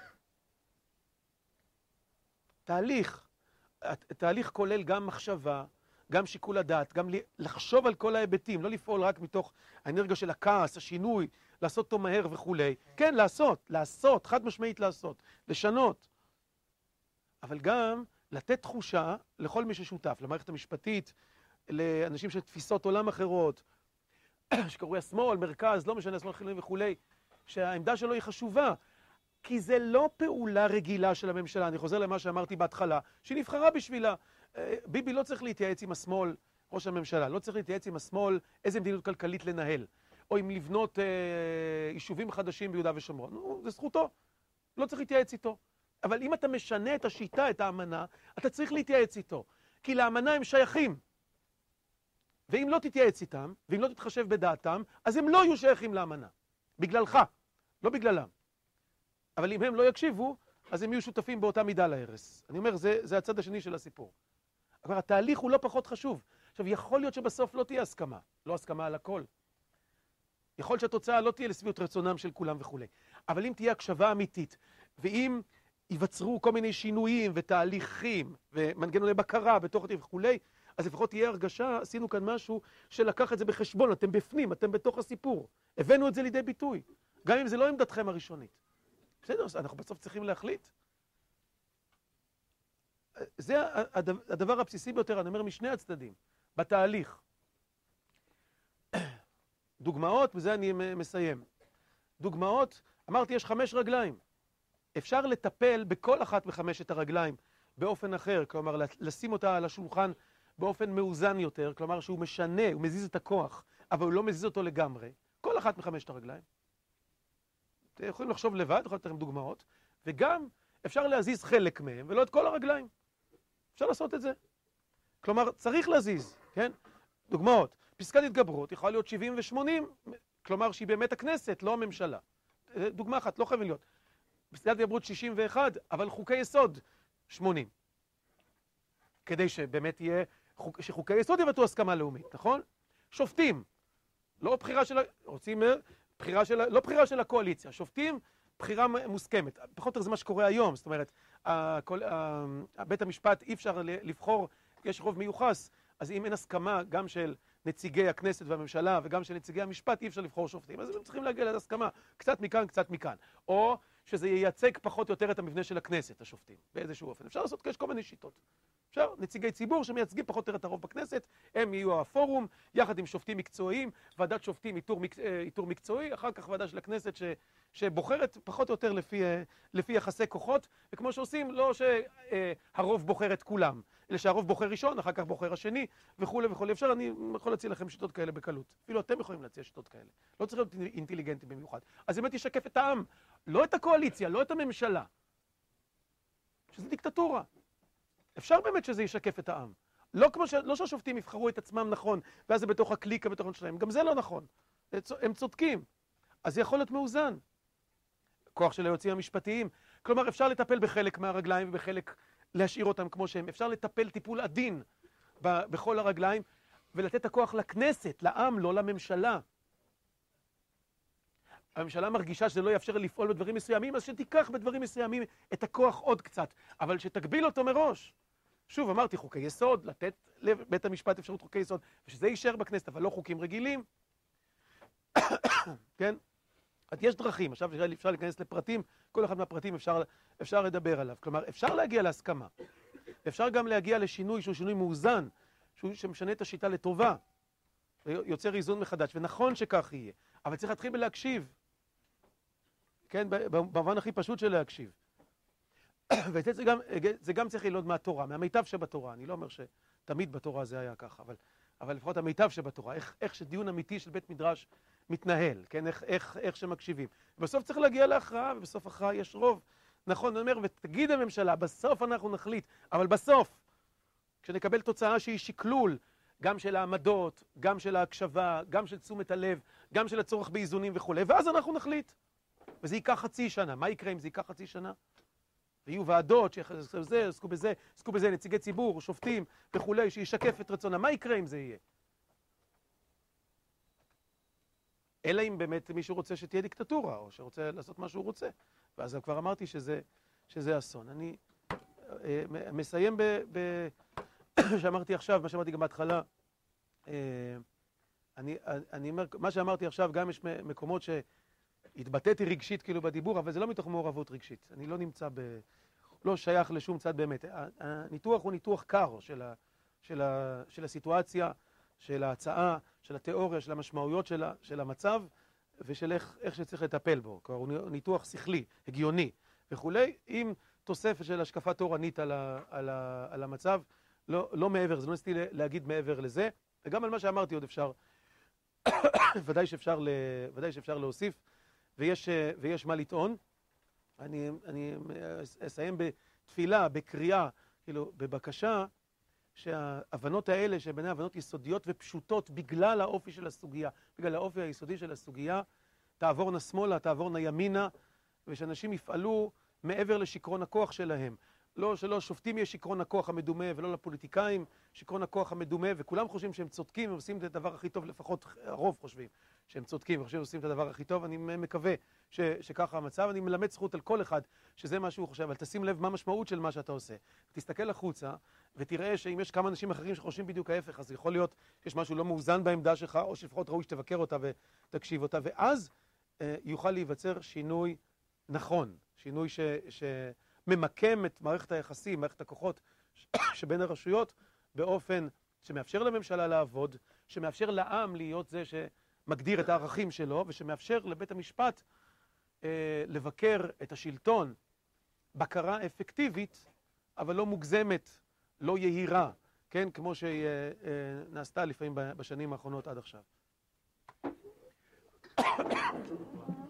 תהליך כולל גם מחשבה, גם שיקול הדעת, גם לחשוב על כל ההיבטים, לא לפעול רק מתוך האנרגיה של הכעס, השינוי, לעשות אותו מהר וכו'. כן, לעשות, חד משמעית לעשות, לשנות. אבל גם לתת תחושה לכל מי ששותף, למערכת המשפטית, לאנשים של תפיסות עולם אחרות, שקרוי השמאל, מרכז, לא משנה, השמאל חילוני וכו', שהעמדה שלו היא חשובה, כי זה לא פעולה רגילה של הממשלה. אני חוזר למה שאמרתי בהתחלה, שהיא נבחרה בשבילה. ביבי לא צריך להתייעץ עם השמאל, ראש הממשלה, לא צריך להתייעץ עם השמאל איזה מדיניות כלכלית לנהל, או אם לבנות יישובים חדשים ביהודה ושומרון. זה זכותו, לא צריך להתייעץ איתו. אבל אם אתה משנה את השיטה, את האמנה, אתה צריך להתייעץ איתו. כי לאמנה הם שייכים. ואם לא תתייעץ איתם, ואם לא תתחשב בדעתם, אז הם לא יהיו שייכים לאמנה. בגללך, לא בגללם. אבל אם הם לא יקשיבו, אז הם יהיו שותפים באותה מידה להרס. אני אומר, זה הצד השני של הסיפור. אבל התהליך הוא לא פחות חשוב. עכשיו, יכול להיות שבסוף לא תהיה הסכמה. לא הסכמה על הכל. יכול להיות שהתוצאה לא תהיה לשביעות רצונם של כולם וכו'. אבל אם תהיה הקשבה אמיתית, ואם ייווצרו כל מיני שינויים ותהליכים ומנגנוני בקרה בתוך התהליך וכו', אז לפחות תהיה הרגשה, עשינו כאן משהו שלקח את זה בחשבון, אתם בפנים, אתם בתוך הסיפור. הבאנו את זה לידי ביטוי, גם אם זה לא עמדתכם הראשונית. בסדר, אנחנו בסוף צריכים להחליט. זה הדבר הבסיסי ביותר, אני אומר משני הצדדים, בתהליך. דוגמאות, בזה אני מסיים. דוגמאות, אמרתי, יש 5 רגליים. אפשר לטפל בכל אחת מחמשת הרגליים באופן אחר, כלומר, לשים אותה על השולחן באופן מאוזן יותר, כלומר שהוא משנה, הוא מזיז את הכוח, אבל הוא לא מזיז אותו לגמרי. כל אחת מחמשת הרגליים. אתם יכולים לחשוב לבד, יכול להיות לכם דוגמאות, וגם אפשר להזיז חלק מהם, ולא את כל הרגליים. אפשר לעשות את זה. כלומר, צריך להזיז, כן? דוגמאות. פסקת התגברות יכולה להיות 70 ו-80, כלומר שהיא באמת הכנסת, לא הממשלה. דוגמה אחת, לא חייבים להיות. פסקת התגברות 61, אבל חוקי יסוד 80. כדי שבאמת יהיה, שחוקי יסוד יבטאו הסכמה לאומית, נכון? שופטים. לא בחירה של, רוצים, לא בחירה של הקואליציה. שופטים בחירה מוסכמת. פחות או יותר זה מה שקורה היום, זאת אומרת, בית המשפט אי אפשר לבחור, יש רוב מיוחס, אז אם אין הסכמה גם של נציגי הכנסת והממשלה וגם של נציגי המשפט, אי אפשר לבחור שופטים. אז הם צריכים להגיע להסכמה, קצת מכאן, קצת מכאן. או שזה ייצג פחות או יותר את המבנה של הכנסת, השופטים, באיזשהו אופן. אפשר לעשות כל מיני שיטות. אפשר, נציגי ציבור שמייצגים פחות או יותר את הרוב בכנסת, הם יהיו הפורום, יחד עם שופטים מקצועיים, ועדת שופטים איתור מקצועי, אחר כך ועדה של הכנסת שבוחרת פחות או יותר לפי יחסי כוחות, וכמו שעושים, לא שהרוב בוחר את כולם, אלא שהרוב בוחר ראשון, אחר כך בוחר השני, וכולי וכולי. אפשר, אני יכול להציע לכם שיטות כאלה בקלות. אפילו אתם יכולים להציע שיטות כאלה. לא צריך להיות אינטליגנטים במיוחד. אז באמת ישקף את העם, לא את הקואליציה, לא את הממשלה. שזה דיקטטורה. אפשר באמת שזה ישקף את העם. לא שהשופטים יבחרו את עצמם נכון, ואז זה בתוך הקליקה, בתוך שלהם. גם זה לא נכון. הם צודקים. אז זה יכול להיות מאוזן. כוח של היועצים המשפטיים. כלומר, אפשר לטפל בחלק מהרגליים ובחלק להשאיר אותם כמו שהם. אפשר לטפל טיפול עדין בכל הרגליים, ולתת את הכוח לכנסת, לעם, לא לממשלה. הממשלה מרגישה שזה לא יאפשר לפעול בדברים מסוימים, אז שתיקח בדברים מסוימים את הכוח עוד קצת, אבל שתגביל אותו מראש. שוב, אמרתי, חוקי יסוד, לתת לבית המשפט אפשרות חוקי יסוד, ושזה יישאר בכנסת, אבל לא חוקים רגילים. כן? אז יש דרכים, עכשיו אפשר להיכנס לפרטים, כל אחד מהפרטים אפשר לדבר עליו. כלומר, אפשר להגיע להסכמה. אפשר גם להגיע לשינוי שהוא שינוי מאוזן, שמשנה את השיטה לטובה, ויוצר איזון מחדש, ונכון שכך יהיה. אבל צריך להתחיל בלהקשיב. כן, במובן הכי פשוט של להקשיב. וזה גם צריך ללמוד מהתורה, מהמיטב שבתורה. אני לא אומר שתמיד בתורה זה היה ככה, אבל לפחות המיטב שבתורה, איך שדיון אמיתי של בית מדרש מתנהל, כן, איך שמקשיבים. בסוף צריך להגיע להכרעה, ובסוף הכרעה יש רוב. נכון, אני אומר, ותגיד הממשלה, בסוף אנחנו נחליט, אבל בסוף, כשנקבל תוצאה שהיא שקלול, גם של העמדות, גם של ההקשבה, גם של תשומת הלב, גם של הצורך באיזונים וכו', ואז אנחנו נחליט. וזה ייקח חצי שנה. מה יקרה אם זה ייקח חצי שנה? ויהיו ועדות שעסקו בזה, נציגי ציבור, שופטים וכו', שישקף את רצונה. מה יקרה אם זה יהיה? אלא אם באמת מישהו רוצה שתהיה דיקטטורה, או שרוצה לעשות מה שהוא רוצה. ואז כבר אמרתי שזה אסון. אני מסיים שאמרתי עכשיו, מה שאמרתי גם בהתחלה, אני אומר, מה שאמרתי עכשיו, גם יש מקומות שהתבטאתי רגשית כאילו בדיבור, אבל זה לא מתוך מעורבות רגשית. אני לא נמצא לא שייך לשום צד באמת. הניתוח הוא ניתוח קר של הסיטואציה, של ההצעה, של התיאוריה, של המשמעויות של המצב, ושל איך שצריך לטפל בו. כלומר, הוא ניתוח שכלי, הגיוני וכולי, עם תוספת של השקפה תורנית על המצב, לא מעבר, זה לא ניסיתי להגיד מעבר לזה, וגם על מה שאמרתי עוד אפשר, ודאי שאפשר להוסיף, ויש מה לטעון. אני אסיים בתפילה, בקריאה, כאילו, בבקשה, שההבנות האלה, שביני הבנות יסודיות ופשוטות בגלל האופי של הסוגיה, בגלל האופי היסודי של הסוגיה, תעבורנה שמאלה, תעבורנה ימינה, ושאנשים יפעלו מעבר לשקרון הכוח שלהם. לא שלא שופטים יש שיקרון הכוח המדומה, ולא לפוליטיקאים שיקרון הכוח המדומה, וכולם חושבים שהם צודקים, הם עושים את הדבר הכי טוב, לפחות הרוב חושבים שהם צודקים, וחושבים שעושים את הדבר הכי טוב. אני מקווה שככה המצב. אני מלמד זכות על כל אחד שזה מה שהוא חושב, אבל תשים לב מה המשמעות של מה שאתה עושה. תסתכל החוצה, ותראה שאם יש כמה אנשים אחרים שחושבים בדיוק ההפך, אז יכול להיות שיש משהו לא מאוזן בעמדה שלך, או שלפחות ראוי שתבקר אותה ותקשיב אותה, ואז יוכל להיווצר שינוי נכון, שינוי ממקם את מערכת היחסים, מערכת הכוחות שבין הרשויות, באופן שמאפשר לממשלה לעבוד, שמאפשר לעם להיות זה שמגדיר את הערכים שלו, ושמאפשר לבית המשפט לבקר את השלטון בקרה אפקטיבית, אבל לא מוגזמת, לא יהירה, כן? כמו שהיא נעשתה לפעמים בשנים האחרונות עד עכשיו.